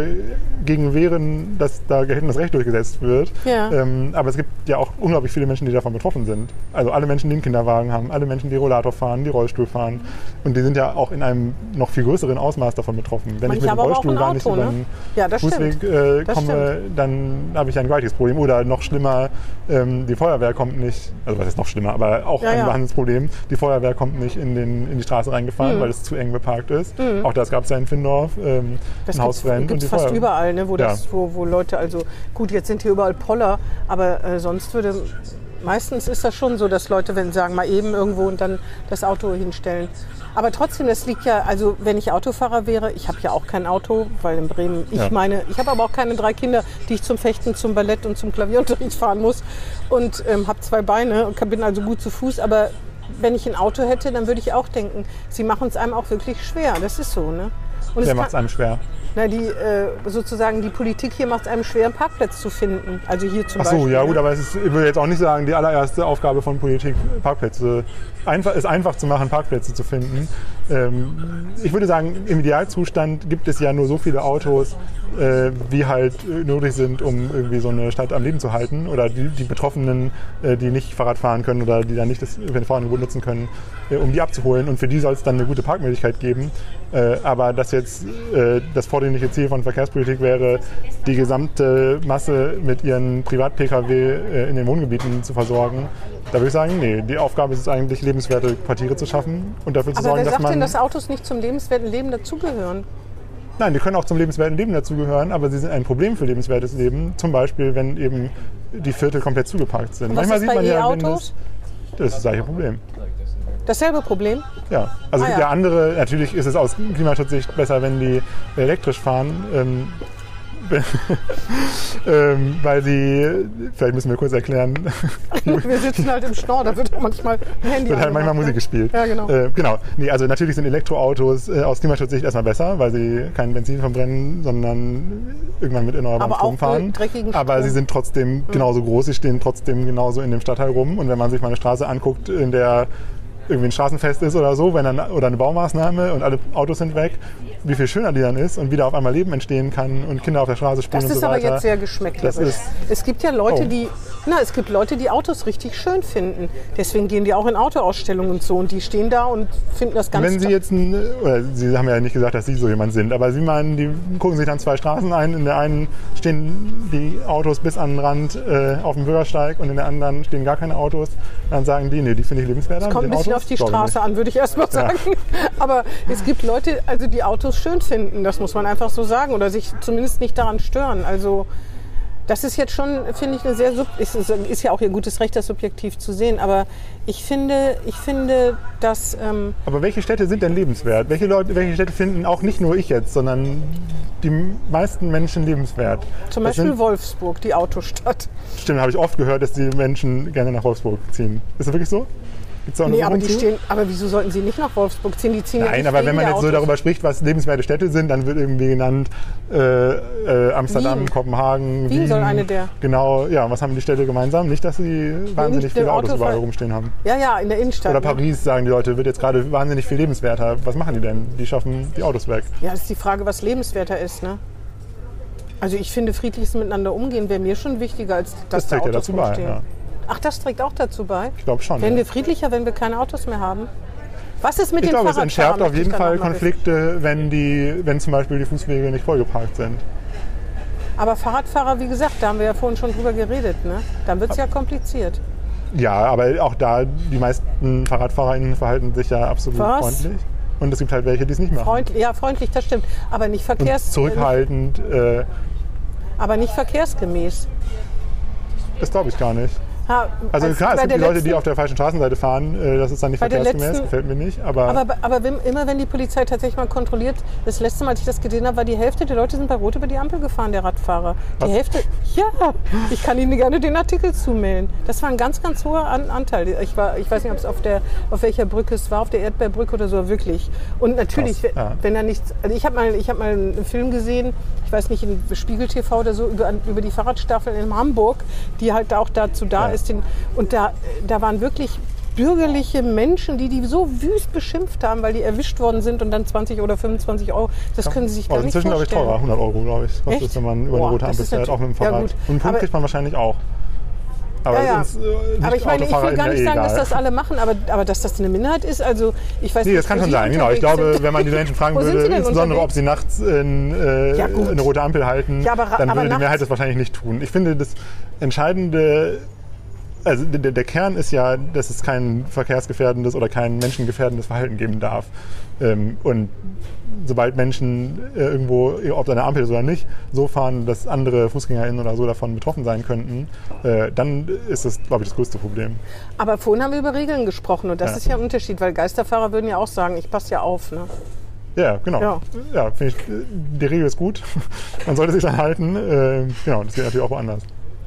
dagegen wehren, dass da geltendes Recht durchgesetzt wird. Ja. Ähm, aber es gibt ja auch unglaublich viele Menschen, die davon betroffen sind. Also alle Menschen, die einen Kinderwagen haben, alle Menschen, die Rollator fahren, die Rollstuhl fahren. Und die sind ja auch in einem noch viel größeren Ausmaß davon betroffen. Wenn Manche ich mit dem haben aber auch Rollstuhl ein gar nicht Auto, über ne? den Ja, das Fußweg stimmt. äh, Das komme, dann habe ich ein gewaltiges Problem. Oder noch schlimmer, ähm, die Feuerwehr kommt nicht, also was ist noch schlimmer, aber auch Ja, ein ja. wahnsinniges Problem. Die Feuerwehr kommt nicht in, den, in die Straße reingefahren, Mhm. weil es zu eng beparkt ist. Auch das gab es ja in Findorf. Ähm, Das ein Haus brennt gibt und es die fast Feuerwehr. überall, ne, wo, Ja. das, wo, wo Leute, also gut, jetzt sind hier überall Poller, aber äh, sonst würde, meistens ist das schon so, dass Leute, wenn sie sagen, mal eben irgendwo und dann das Auto hinstellen. Aber trotzdem, das liegt ja, also wenn ich Autofahrer wäre, ich habe ja auch kein Auto, weil in Bremen, ich Ja. meine, ich habe aber auch keine drei Kinder, die ich zum Fechten, zum Ballett und zum Klavierunterricht fahren muss und ähm, habe zwei Beine und bin also gut zu Fuß, aber wenn ich ein Auto hätte, dann würde ich auch denken, sie machen es einem auch wirklich schwer, das ist so, ne? Und Wer es macht es kann- einem schwer? Na, die, äh, sozusagen die Politik hier macht es einem schwer, einen Parkplatz zu finden. Also hier zum Ach so, Beispiel. ja ne? gut, aber es ist, ich würde jetzt auch nicht sagen, die allererste Aufgabe von Politik, Parkplätze, einfach, ist einfach zu machen, Parkplätze zu finden. Ähm, ich würde sagen, im Idealzustand gibt es ja nur so viele Autos, äh, wie halt äh, nötig sind, um irgendwie so eine Stadt am Leben zu halten. Oder die, die Betroffenen, äh, die nicht Fahrrad fahren können oder die dann nicht das Fahrradangebot nutzen können, äh, um die abzuholen. Und für die soll es dann eine gute Parkmöglichkeit geben. Äh, aber dass jetzt äh, das vordringliche Ziel von Verkehrspolitik wäre, die gesamte Masse mit ihren Privat-P K W äh, in den Wohngebieten zu versorgen, da würde ich sagen, nee, die Aufgabe ist es eigentlich, lebenswerte Quartiere zu schaffen und dafür zu Aber sorgen, wer dass sagt man... denn, dass Autos nicht zum lebenswerten Leben dazugehören? Nein, die können auch zum lebenswerten Leben dazugehören, aber sie sind ein Problem für lebenswertes Leben. Zum Beispiel, wenn eben die Viertel komplett zugeparkt sind. Und was ist bei ja, wenn E-Autos? das, das ist das gleiche Problem. Dasselbe Problem? Ja, also Ah, es gibt ja. ja andere, natürlich ist es aus Klimaschutzsicht besser, wenn die elektrisch fahren. Ähm, ähm, weil sie, vielleicht müssen wir kurz erklären, Wir sitzen halt im Schnorr, da wird auch manchmal ein Handy wird halt manchmal angemacht, Musik ne? gespielt. Ja, genau. Äh, genau. Nee, also natürlich sind Elektroautos äh, aus Klimaschutzsicht erstmal besser, weil sie kein Benzin verbrennen, sondern irgendwann mit erneuerbarem Aber Strom auch fahren. mit dreckigem Aber Strom. sie sind trotzdem genauso groß, sie stehen trotzdem genauso in dem Stadtteil rum. Und wenn man sich mal eine Straße anguckt, in der irgendwie ein Straßenfest ist oder so, wenn dann, oder eine Baumaßnahme und alle Autos sind weg, wie viel schöner die dann ist und wieder auf einmal Leben entstehen kann und Kinder auf der Straße spielen Das und ist so aber weiter. jetzt sehr geschmäcklich. Es gibt ja Leute, Oh. die, na, es gibt Leute, die Autos richtig schön finden. Deswegen gehen die auch in Autoausstellungen und so und die stehen da und finden das ganz Wenn Sie toll. jetzt, ein, oder Sie haben ja nicht gesagt, dass Sie so jemand sind, aber Sie meinen, die gucken sich dann zwei Straßen ein. In der einen stehen die Autos bis an den Rand äh, auf dem Bürgersteig und in der anderen stehen gar keine Autos. Dann sagen die, nee, die finde ich lebenswerter. Es kommt ein den bisschen Autos? auf die Glaube ich Straße nicht. an, würde ich erst mal sagen. Aber es gibt Leute, also die Autos schön finden, das muss man einfach so sagen. Oder sich zumindest nicht daran stören. Also das ist jetzt schon, finde ich, eine sehr, sub- ist, ist ja auch ihr gutes Recht, das subjektiv zu sehen. Aber ich finde, ich finde, dass... Ähm, Aber welche Städte sind denn lebenswert? Welche, Leute, welche Städte finden auch nicht nur ich jetzt, sondern die meisten Menschen lebenswert? zum Das Beispiel sind, Wolfsburg, die Autostadt. Stimmt, habe ich oft gehört, dass die Menschen gerne nach Wolfsburg ziehen. Ist das wirklich so? Gibt's da auch eine Nee, aber, Übung die zu? stehen, aber wieso sollten sie nicht nach Wolfsburg ziehen? Die ziehen ja Nein, nicht aber wegen wenn man der jetzt so Autos. darüber spricht, was lebenswerte Städte sind, dann wird irgendwie genannt äh, äh, Amsterdam, Wien. Kopenhagen, Wien Wien. soll eine der. Genau, ja, und was haben die Städte gemeinsam? Nicht, dass sie wahnsinnig der viele Autos Autofall- überall rumstehen haben. Ja, ja, in der Innenstadt. Oder ne? Paris, sagen die Leute, wird jetzt gerade wahnsinnig viel lebenswerter. Was machen die denn? Die schaffen die Autos weg. Ja, das ist die Frage, was lebenswerter ist, ne? Also ich finde, friedliches Miteinander umgehen wäre mir schon wichtiger, als dass Das da trägt ja Autos dazu bei. rumstehen. Ja. Ach, das trägt auch dazu bei? Ich glaube schon. Werden Ja. wir friedlicher, wenn wir keine Autos mehr haben? Was ist mit Ich den glaube, es Fahrradfahrern? entschärft auf möchte ich jeden dann Fall noch mal wissen. Konflikte, wenn, die, wenn zum Beispiel die Fußwege nicht vollgeparkt sind. Aber Fahrradfahrer, wie gesagt, da haben wir ja vorhin schon drüber geredet, ne? Dann wird es ja kompliziert. Ja, aber auch da, die meisten FahrradfahrerInnen verhalten sich ja absolut Was? freundlich. Und es gibt halt welche, die es nicht machen. Freundlich, ja, freundlich, das stimmt. Aber nicht, Und Verkehrs, zurückhaltend, äh, aber nicht verkehrsgemäß. das glaube ich gar nicht. Ha, Also als klar, es bei gibt der die Leute, letzten- die auf der falschen Straßenseite fahren. Äh, das ist dann nicht Bei der verkehrsgemäß, letzten- gefällt mir nicht. Aber, Aber, aber wenn, immer wenn die Polizei tatsächlich mal kontrolliert, das letzte Mal, als ich das gesehen habe, war die Hälfte der Leute sind bei Rot über die Ampel gefahren, der Radfahrer. Die Was? Hälfte, ja, ich kann Ihnen gerne den Artikel zumailen. Das war ein ganz, ganz hoher An Anteil. Ich, war, ich weiß nicht, ob es auf, der, auf welcher Brücke es war, auf der Erdbeerbrücke oder so, wirklich. Und natürlich, Krass, ja. wenn da nichts, also ich habe mal, ich hab mal einen Film gesehen, ich weiß nicht, in Spiegel T V oder so, über, über die Fahrradstaffel in Hamburg, die halt auch dazu da Ja. ist. Den, und da, da waren wirklich bürgerliche Menschen, die die so wüst beschimpft haben, weil die erwischt worden sind und dann zwanzig oder fünfundzwanzig Euro, das können Sie sich gar also nicht inzwischen glaube ich vorstellen. teurer, hundert Euro glaube ich, kostet Echt? es, wenn man über Boah, eine rote das Ampel ist fährt, auch mit dem natürlich- ja, Fahrrad. gut. Und einen Punkt Aber- kriegt man wahrscheinlich auch. Aber Ja, ja. das ist, äh, Aber ich meine, ich will gar nicht sagen, dass das alle machen, aber, aber dass das eine Minderheit ist, also ich weiß Nee, nicht, das kann wo schon Sie sein, genau. Ich unterwegs glaube, sind. wenn man die Menschen fragen Wo sind würde, Sie denn insbesondere ob unterwegs? sie nachts in, äh, Ja, gut. eine rote Ampel halten, Ja, aber ra- dann aber würde die nachts- Mehrheit das wahrscheinlich nicht tun. Ich finde, das Entscheidende, also der, der Kern ist ja, dass es kein verkehrsgefährdendes oder kein menschengefährdendes Verhalten geben darf. Ähm, und sobald Menschen äh, irgendwo, ob da eine Ampel ist oder nicht, so fahren, dass andere FußgängerInnen oder so davon betroffen sein könnten, äh, dann ist das, glaube ich, das größte Problem. Aber vorhin haben wir über Regeln gesprochen und das Ja. ist ja ein Unterschied, weil Geisterfahrer würden ja auch sagen, ich passe ja auf. Ne? Ja, genau. Ja. Ja, finde ich, die Regel ist gut. Man sollte sich dann halten. Äh, genau, das geht natürlich auch woanders.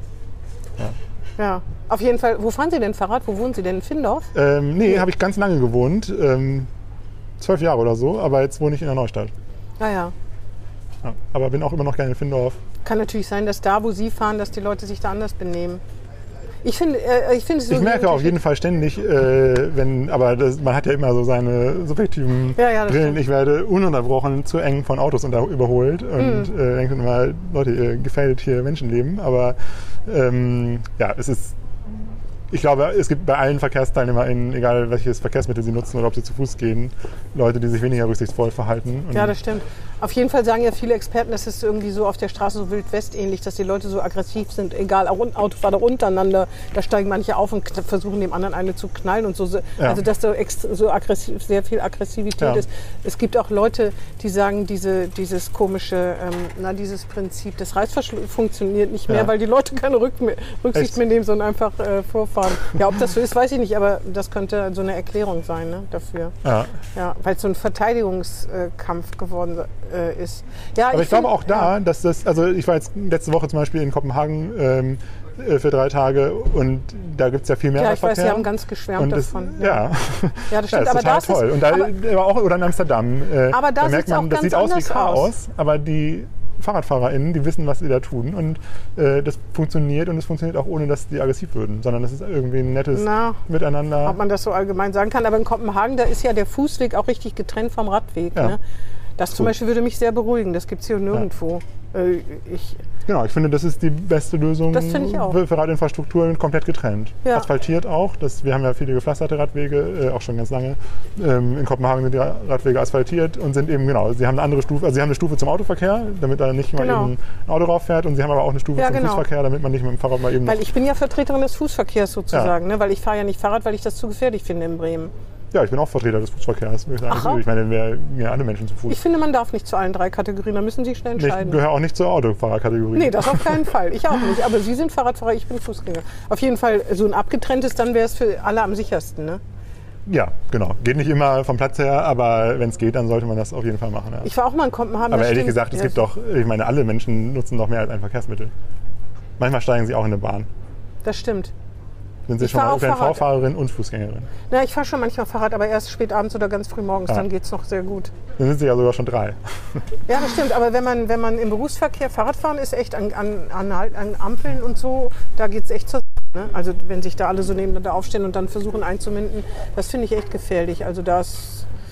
Ja, auf jeden Fall. Wo fahren Sie denn Fahrrad? Wo wohnen Sie denn? In Findorf? Ähm, nee, habe ich ganz lange gewohnt. Ähm, zwölf Jahre oder so, aber jetzt wohne ich in der Neustadt. Ja, ja. Ja, aber bin auch immer noch gerne in Findorf. Kann natürlich sein, dass da, wo Sie fahren, dass die Leute sich da anders benehmen. Ich finde, äh, ich finde es so Ich merke auf jeden Fall ständig, äh, wenn, aber das, man hat ja immer so seine subjektiven Ja, ja, das Brillen. stimmt. Ich werde ununterbrochen zu eng von Autos unter, überholt und Mhm. äh, denke immer, Leute, ihr gefährdet hier Menschenleben. Aber ähm, ja, es ist, ich glaube, es gibt bei allen VerkehrsteilnehmerInnen, egal welches Verkehrsmittel sie nutzen oder ob sie zu Fuß gehen, Leute, die sich weniger rücksichtsvoll verhalten. Und Ja, das stimmt. Auf jeden Fall sagen ja viele Experten, das ist irgendwie so auf der Straße so Wild-West-ähnlich, dass die Leute so aggressiv sind, egal, auch Autofahrer untereinander, da steigen manche auf und versuchen dem anderen eine zu knallen und so. Ja. Also dass so, extra, so aggressiv, sehr viel Aggressivität Ja. ist. Es gibt auch Leute, die sagen, diese, dieses komische, ähm, na, dieses Prinzip des Reißverschlusses funktioniert nicht mehr, Ja. weil die Leute keine Rück mehr, Rücksicht Echt? mehr nehmen, sondern einfach äh, vorfahren. Ja, ob das so ist, weiß ich nicht, aber das könnte so eine Erklärung sein, ne, dafür. ja. Ja, weil es so ein Verteidigungskampf geworden äh, ist. Ja, Aber ich, glaube find- auch da, ja. dass das, also ich war jetzt letzte Woche zum Beispiel in Kopenhagen ähm, äh, für drei Tage und da gibt es ja viel mehr Ja, ich weiß, Verkehr. Sie haben ganz geschwärmt und das, davon. Ja, Ja, das stimmt, ja, aber ist total da ist es- toll. Und da, aber- aber auch, oder in Amsterdam. Äh, Aber da merkt sieht's auch man, das ganz sieht aus wie anders Chaos, aus. aber die FahrradfahrerInnen, die wissen, was sie da tun und äh, das funktioniert und es funktioniert auch ohne, dass die aggressiv würden, sondern das ist irgendwie ein nettes Na, Miteinander. Ob man das so allgemein sagen kann, aber in Kopenhagen, da ist ja der Fußweg auch richtig getrennt vom Radweg. Ja. Ne? Das zum Beispiel würde mich sehr beruhigen, das gibt es hier nirgendwo. Ja. Äh, ich, Genau, ich finde, das ist die beste Lösung Das finde ich auch. für für Radinfrastruktur, komplett getrennt. Ja. Asphaltiert auch, das, wir haben ja viele gepflasterte Radwege, äh, auch schon ganz lange. Ähm, in Kopenhagen sind die Radwege asphaltiert und sind eben, genau, sie haben eine andere Stufe, also sie haben eine Stufe zum Autoverkehr, damit da nicht mal Genau. eben ein Auto rauffährt, und sie haben aber auch eine Stufe Ja, zum genau. Fußverkehr, damit man nicht mit dem Fahrrad mal eben... weil ich bin ja Vertreterin des Fußverkehrs sozusagen, Ja. ne? Weil ich fahre ja nicht Fahrrad, weil ich das zu gefährlich finde in Bremen. Ja, ich bin auch Vertreter des Fußverkehrs, würde ich sagen. Aha. Ich meine, wir gehen ja alle Menschen zu Fuß. Ich finde, man darf nicht zu allen drei Kategorien, da müssen Sie schnell ich entscheiden. gehöre auch nicht zur Autofahrerkategorie. Nee, das auf keinen Fall. Ich auch nicht. Aber Sie sind Fahrradfahrer, ich bin Fußgänger. Auf jeden Fall, so ein abgetrenntes, dann wäre es für alle am sichersten. Ne? Ja, genau. Geht nicht immer vom Platz her, aber wenn es geht, dann sollte man das auf jeden Fall machen. Ja. Ich war auch mal in Kopenhagen. Aber das ehrlich stimmt. gesagt, es Ja, gibt doch, ich meine, alle Menschen nutzen doch mehr als ein Verkehrsmittel. Manchmal steigen sie auch in eine Bahn. Das stimmt. Sind sie Ich schon fahr mal auch Fahrrad. Ö P V-Fahrerin und Fußgängerin. Na, ich fahre schon manchmal Fahrrad, aber erst spät abends oder ganz früh morgens, Ah. dann geht es noch sehr gut. Dann sind sie ja sogar schon drei. Ja, das stimmt. Aber wenn man, wenn man im Berufsverkehr Fahrrad fahren ist, echt an, an, an, an Ampeln und so, da geht es echt zur Sache, ne? Also wenn sich da alle so nebeneinander aufstehen und dann versuchen einzumünden, das finde ich echt gefährlich. Also das...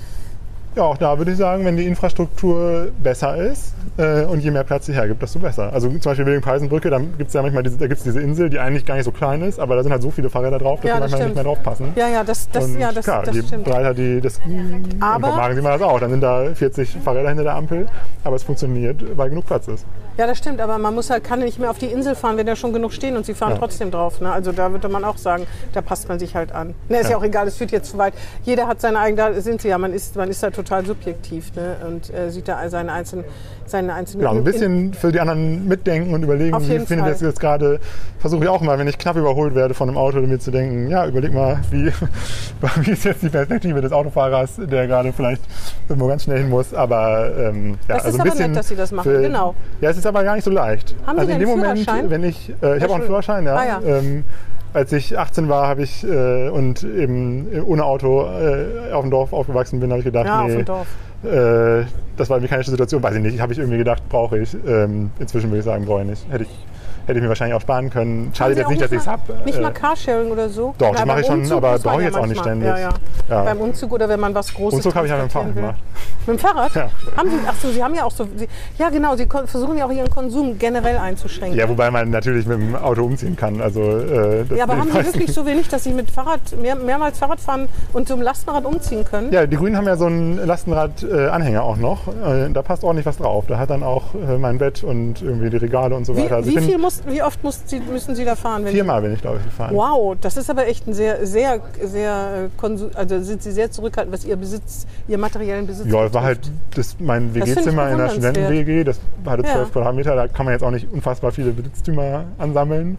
Ja, auch da würde ich sagen, wenn die Infrastruktur besser ist äh, und je mehr Platz sie hergibt, desto besser. Also zum Beispiel wegen Peisenbrücke, da gibt es ja manchmal diese, da gibt's diese Insel, die eigentlich gar nicht so klein ist, aber da sind halt so viele Fahrräder drauf, dass Ja, die das manchmal nicht mehr stimmt. drauf passen. Ja, ja, das, das, Und ja, das, klar, das je stimmt. breiter die, das, in Aber- Kopenhagen sieht man das auch, dann sind da vierzig Fahrräder hinter der Ampel, aber es funktioniert, weil genug Platz ist. Ja, das stimmt, aber man muss halt, kann nicht mehr auf die Insel fahren, wenn da schon genug stehen und sie fahren Ja. trotzdem drauf. Ne? Also da würde man auch sagen, da passt man sich halt an. Ne, ist ja. Ja. auch egal, es führt jetzt zu weit. Jeder hat seine eigene, da sind sie ja, man ist, man ist da total subjektiv, ne? Und äh, sieht da seine einzelnen, seine einzelnen... Genau, ein bisschen für die anderen mitdenken und überlegen, Auf wie jeden finde ich Fall. das jetzt gerade, versuche ich auch mal, wenn ich knapp überholt werde von einem Auto, mir zu denken, ja, überleg mal, wie, wie ist jetzt die Perspektive des Autofahrers, der gerade vielleicht irgendwo ganz schnell hin muss, aber ähm, ja, Das ist also ein aber bisschen nett, dass Sie das machen, für, genau. Ja, es ist aber gar nicht so leicht. Haben Sie also in denn dem einen Moment, Führerschein? wenn ich, äh, ich habe auch einen Führerschein, ja. Ah, ja. Ähm, als ich achtzehn war, habe ich äh, und eben ohne Auto äh, auf dem Dorf aufgewachsen bin, habe ich gedacht, Ja, auf nee, dem Dorf. äh, das war irgendwie keine Situation, weiß ich nicht, habe ich irgendwie gedacht, brauche ich. Ähm, inzwischen würde ich sagen, brauche ich nicht. Hätte ich, hätte ich mir wahrscheinlich auch sparen können. Schade Haben Sie jetzt auch nicht, dass ich es mal- habe. Nicht mal Carsharing oder so? doch, das Na, mache ich beim schon, Umzug aber muss man brauche ich ja jetzt auch nicht manchmal. ständig. Ja, ja. Ja. Beim Umzug oder wenn man was Großes Umzug habe ich ja mit dem Fahrrad transportieren will. gemacht. Mit dem Fahrrad? Ja. Haben Sie, ach so, Sie haben ja auch so... Sie, ja, genau, Sie kon- versuchen ja auch Ihren Konsum generell einzuschränken. Ja, wobei man natürlich mit dem Auto umziehen kann. Also, äh, das Ja, aber die haben Sie meisten- wirklich so wenig, dass Sie mit Fahrrad mehr, mehrmals Fahrrad fahren und so ein Lastenrad umziehen können? Ja, die Grünen haben ja so einen Lastenrad-Anhänger auch noch. Äh, da passt ordentlich was drauf. Da hat dann auch äh, mein Bett und irgendwie die Regale und so Wie, weiter. Also wie, ich bin viel muss, wie oft muss Sie, müssen Sie da fahren? Wenn viermal bin ich, glaube ich, gefahren. Sie, wow, das ist aber echt ein sehr, sehr, sehr, äh, Konsum, also sind Sie sehr zurückhaltend, was Ihr Besitz, Ihr materiellen Besitz Ja, es war halt betrifft. das, mein finde ich W G-Zimmer in der bewundernswert. Studenten-W G. Das hatte Ja. zwölf Quadratmeter. Da kann man jetzt auch nicht unfassbar viele Besitztümer ansammeln.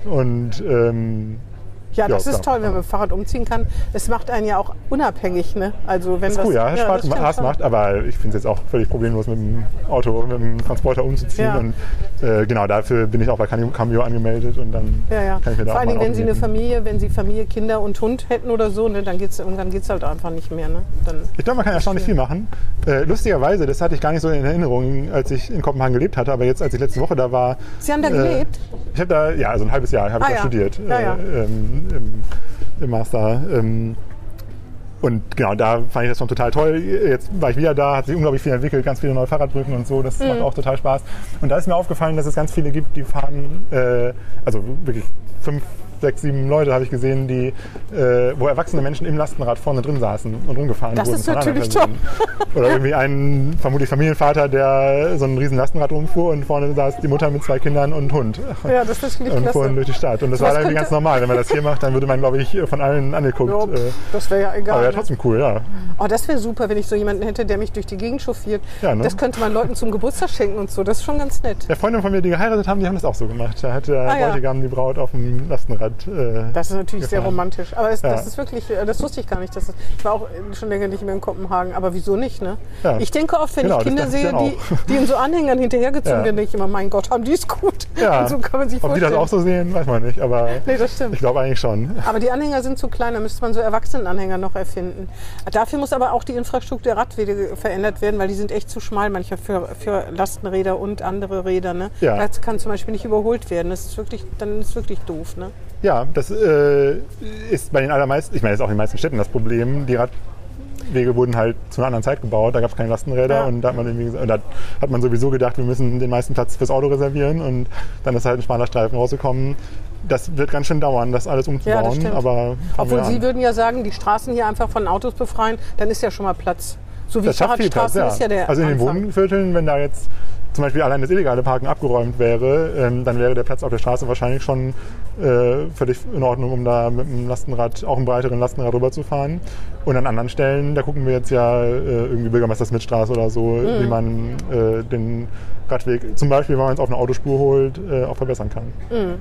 Und ähm, Ja, das ja, ist klar. toll, wenn man mit dem Fahrrad umziehen kann. Es macht einen ja auch unabhängig, ne? Also wenn das ist cool, ja, hat das Spaß, stimmt Spaß schon. macht. Aber ich finde es jetzt auch völlig problemlos, mit dem Auto, mit dem Transporter umzuziehen. Ja. Und äh, genau dafür bin ich auch bei Cameo angemeldet. Und dann Ja, ja. kann ich mir da Vor auch allen mal Dingen, wenn ein Sie Auto eine mieten. Familie, wenn Sie Familie, Kinder und Hund hätten oder so, ne, dann geht's irgendwann geht's halt einfach nicht mehr, ne? Dann Ich glaube, man kann erstaunlich viel machen. Äh, lustigerweise, das hatte ich gar nicht so in Erinnerung, als ich in Kopenhagen gelebt hatte, aber jetzt, als ich letzte Woche da war... Sie haben da äh, gelebt? Ich habe da, ja, also ein halbes Jahr habe Ah, ich da ja. studiert, Ja, ja. Äh, ähm, im, im Master. Ähm, und genau, da fand ich das schon total toll. Jetzt war ich wieder da, hat sich unglaublich viel entwickelt, ganz viele neue Fahrradbrücken und so, das Mhm. macht auch total Spaß. Und da ist mir aufgefallen, dass es ganz viele gibt, die fahren, äh, also wirklich fünf, sechs, sieben Leute habe ich gesehen, die, äh, wo erwachsene Menschen im Lastenrad vorne drin saßen und rumgefahren Das wurden. ist von anderen natürlich Personen. Oder irgendwie ein vermutlich Familienvater, der so ein riesen Lastenrad rumfuhr und vorne saß die Mutter mit zwei Kindern und Hund. Ja, das ist wirklich Und klasse. fuhren durch die Stadt. Und das So war was dann irgendwie könnte- ganz normal. Wenn man das hier macht, dann würde man, glaube ich, von allen angeguckt. Ja, äh, pff, das wäre ja egal. aber ja, ne? trotzdem cool, ja. Oh, das wäre super, wenn ich so jemanden hätte, der mich durch die Gegend chauffiert. Ja, ne? Das könnte man Leuten zum Geburtstag schenken und so. Das ist schon ganz nett. Ja, Freunde von mir, die geheiratet haben, die haben das auch so gemacht. Da hat der Ah, ja. Bräutigam die Braut auf dem Lastenrad. Äh, Das ist natürlich sehr gefahren. romantisch. Aber es, Ja. das ist wirklich, äh, das wusste ich gar nicht. Das ist, ich war auch schon länger nicht mehr in Kopenhagen. Aber wieso nicht, ne? Ja. Ich denke oft, wenn Genau, ich das Kinder dachte ich sehe, dann die, auch. die in so Anhängern hinterhergezogen Ja. werden, denke ich immer, mein Gott, haben die es gut. Ja, Und so kann man sich ob die vorstellen. das auch so sehen, weiß man nicht, aber Nee, das stimmt. ich glaube eigentlich schon. Aber die Anhänger sind zu klein, da müsste man so Erwachsenenanhänger noch erfinden. Dafür muss aber auch die Infrastruktur der Radwege verändert werden, weil die sind echt zu schmal manchmal für, für Lastenräder und andere Räder. Ne? Ja. Das kann zum Beispiel nicht überholt werden. Das ist wirklich, dann ist es wirklich doof. Ne? Ja, das äh, ist bei den allermeisten, ich meine, das ist auch in den meisten Städten das Problem, die Radwege wurden halt zu einer anderen Zeit gebaut, da gab es keine Lastenräder Ja. und da hat man irgendwie, und da hat man sowieso gedacht, wir müssen den meisten Platz fürs Auto reservieren und dann ist halt ein schmaler Streifen rausgekommen. Das wird ganz schön dauern, das alles umzubauen, Ja, das stimmt. aber fangen wir Obwohl Sie an. würden ja sagen, die Straßen hier einfach von Autos befreien, dann ist ja schon mal Platz. So wie Das schafft viel Platz, Fahrradstraßen ja. ist ja der Also in den Anfang. Wohnvierteln, wenn da jetzt zum Beispiel allein das illegale Parken abgeräumt wäre, ähm, dann wäre der Platz auf der Straße wahrscheinlich schon äh, völlig in Ordnung, um da mit einem Lastenrad, auch einem breiteren Lastenrad rüber zu fahren. Und an anderen Stellen, da gucken wir jetzt ja äh, irgendwie Bürgermeister-Smith-Straße oder so, Mhm. wie man äh, den Radweg, zum Beispiel, wenn man es auf eine Autospur holt, äh, auch verbessern kann.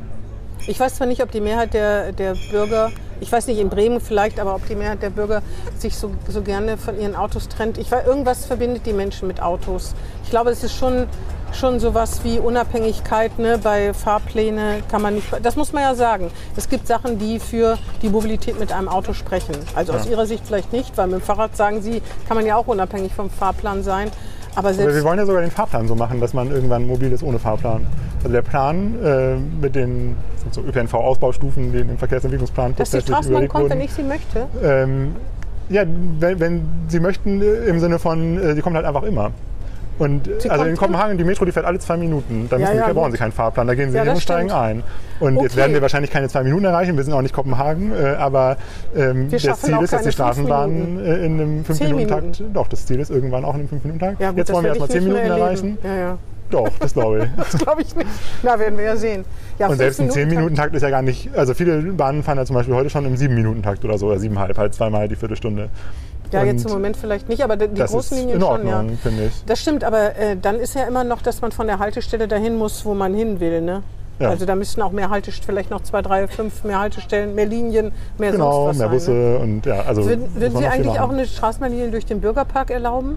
Ich weiß zwar nicht, ob die Mehrheit der, der Bürger, ich weiß nicht, in Bremen vielleicht, aber ob die Mehrheit der Bürger sich so, so gerne von ihren Autos trennt. Ich weiß, irgendwas verbindet die Menschen mit Autos. Ich glaube, es ist schon, schon sowas wie Unabhängigkeit, ne? Bei Fahrpläne kann man nicht, das muss man ja sagen. Es gibt Sachen, die für die Mobilität mit einem Auto sprechen. Also aus Ja. Ihrer Sicht vielleicht nicht, weil mit dem Fahrrad, sagen Sie, kann man ja auch unabhängig vom Fahrplan sein. Aber Aber selbst wir wollen ja sogar den Fahrplan so machen, dass man irgendwann mobil ist ohne Fahrplan. Also der Plan äh, mit den so Ö P N V-Ausbaustufen, die in dem Verkehrsentwicklungsplan dass die tatsächlich Straßenbahn überlegt kommt, wenn wurden. ich sie möchte. Ähm, ja, wenn, wenn Sie möchten, äh, im Sinne von, äh, die kommt halt einfach immer. Und äh, Sie also kommt in Kopenhagen, die Metro, die fährt alle zwei Minuten. Da Ja, müssen, ja, Sie, brauchen gut. Sie keinen Fahrplan. Da gehen Sie Ja, hin das und steigen stimmt. ein. Und Okay. jetzt werden wir wahrscheinlich keine zwei Minuten erreichen. Wir sind auch nicht Kopenhagen. Äh, aber ähm, das schaffen Ziel auch ist, dass die keine fünf Straßenbahn Minuten. äh, in einem fünf Zehn Minuten Takt. Minuten. Doch, das Ziel ist irgendwann auch in einem fünf Minuten Takt. Ja, gut, jetzt das wollen wir werde erstmal ich zehn nicht mehr Minuten erleben. erreichen. Ja, ja. Doch, das glaube ich. Das glaube ich nicht. Na, werden wir ja sehen. Ja, Und fünf selbst ein Minuten zehn-Minuten-Takt ist ja gar nicht, also viele Bahnen fahren ja zum Beispiel heute schon im sieben-Minuten-Takt oder so, oder siebeneinhalb, halt zweimal die Viertelstunde. Ja, Und jetzt im Moment vielleicht nicht, aber die das großen ist Linien in schon, ja. Ordnung, finde ich. Das stimmt, aber äh, dann ist ja immer noch, dass man von der Haltestelle dahin muss, wo man hin will, ne? Ja. Also da müssten auch mehr Haltestellen, vielleicht noch zwei, drei, fünf mehr Haltestellen, mehr Linien, mehr Genau, sonst was mehr sein, Busse ne? und ja, also. Würden, muss würden man Sie noch viel eigentlich auch machen. eine Straßenbahnlinie durch den Bürgerpark erlauben?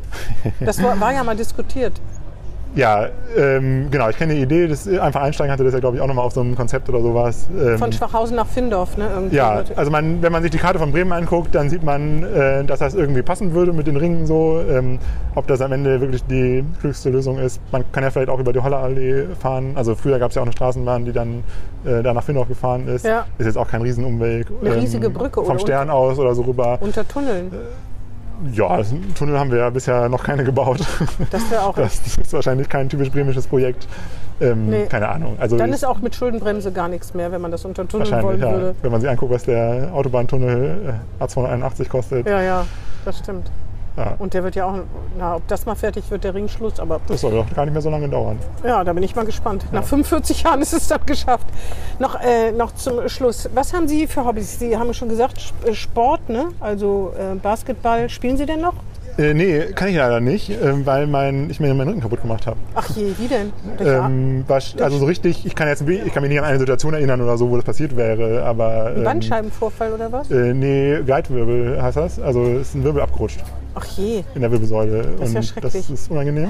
Das war, war ja mal diskutiert. Ja, ähm, genau, ich kenne die Idee, das einfach einsteigen hatte das ja, glaube ich, auch nochmal auf so einem Konzept oder sowas. Ähm, Von Schwachhausen nach Findorf, ne? Irgendwie. ja, also man, wenn man sich die Karte von Bremen anguckt, dann sieht man, äh, dass das irgendwie passen würde mit den Ringen so. Ähm, ob das am Ende wirklich die höchste Lösung ist. Man kann ja vielleicht auch über die Hollerallee fahren. Also früher gab es ja auch eine Straßenbahn, die dann äh, da nach Findorf gefahren ist. Ja. Ist jetzt auch kein Riesenumweg. Eine riesige Brücke, Vom oder? Stern aus oder so rüber. Unter Tunneln. Ja, einen Tunnel haben wir ja bisher noch keine gebaut. Das wäre auch. Das ist wahrscheinlich kein typisch bremisches Projekt. Ähm, Nee. Keine Ahnung. Also Dann ist auch mit Schuldenbremse gar nichts mehr, wenn man das unter Tunneln wahrscheinlich, wollen ja. würde. Wenn man sich anguckt, was der Autobahntunnel äh, A zweihunderteinundachtzig kostet. Ja, ja, das stimmt. Ja. Und der wird ja auch, na, ob das mal fertig wird, der Ringschluss, aber Das soll doch gar nicht mehr so lange dauern. ja, da bin ich mal gespannt. Nach fünfundvierzig Jahren ist es dann geschafft. Noch, äh, noch zum Schluss. Was haben Sie für Hobbys? Sie haben schon gesagt, Sp- äh, Sport, ne? Also äh, Basketball. Spielen Sie denn noch? Äh, nee, kann ich leider nicht, ähm, weil mein, ich mir meinen Rücken kaputt gemacht habe. Ach je, wie denn? Durch Ar- Ähm, was- also so richtig, ich kann jetzt ich kann mich nicht an eine Situation erinnern oder so, wo das passiert wäre, aber Ein ähm, Bandscheibenvorfall oder was? äh, nee, Gleitwirbel heißt das. Also es ist ein Wirbel abgerutscht Ach je. in der Wirbelsäule. Das ist ja und schrecklich. das ist unangenehm.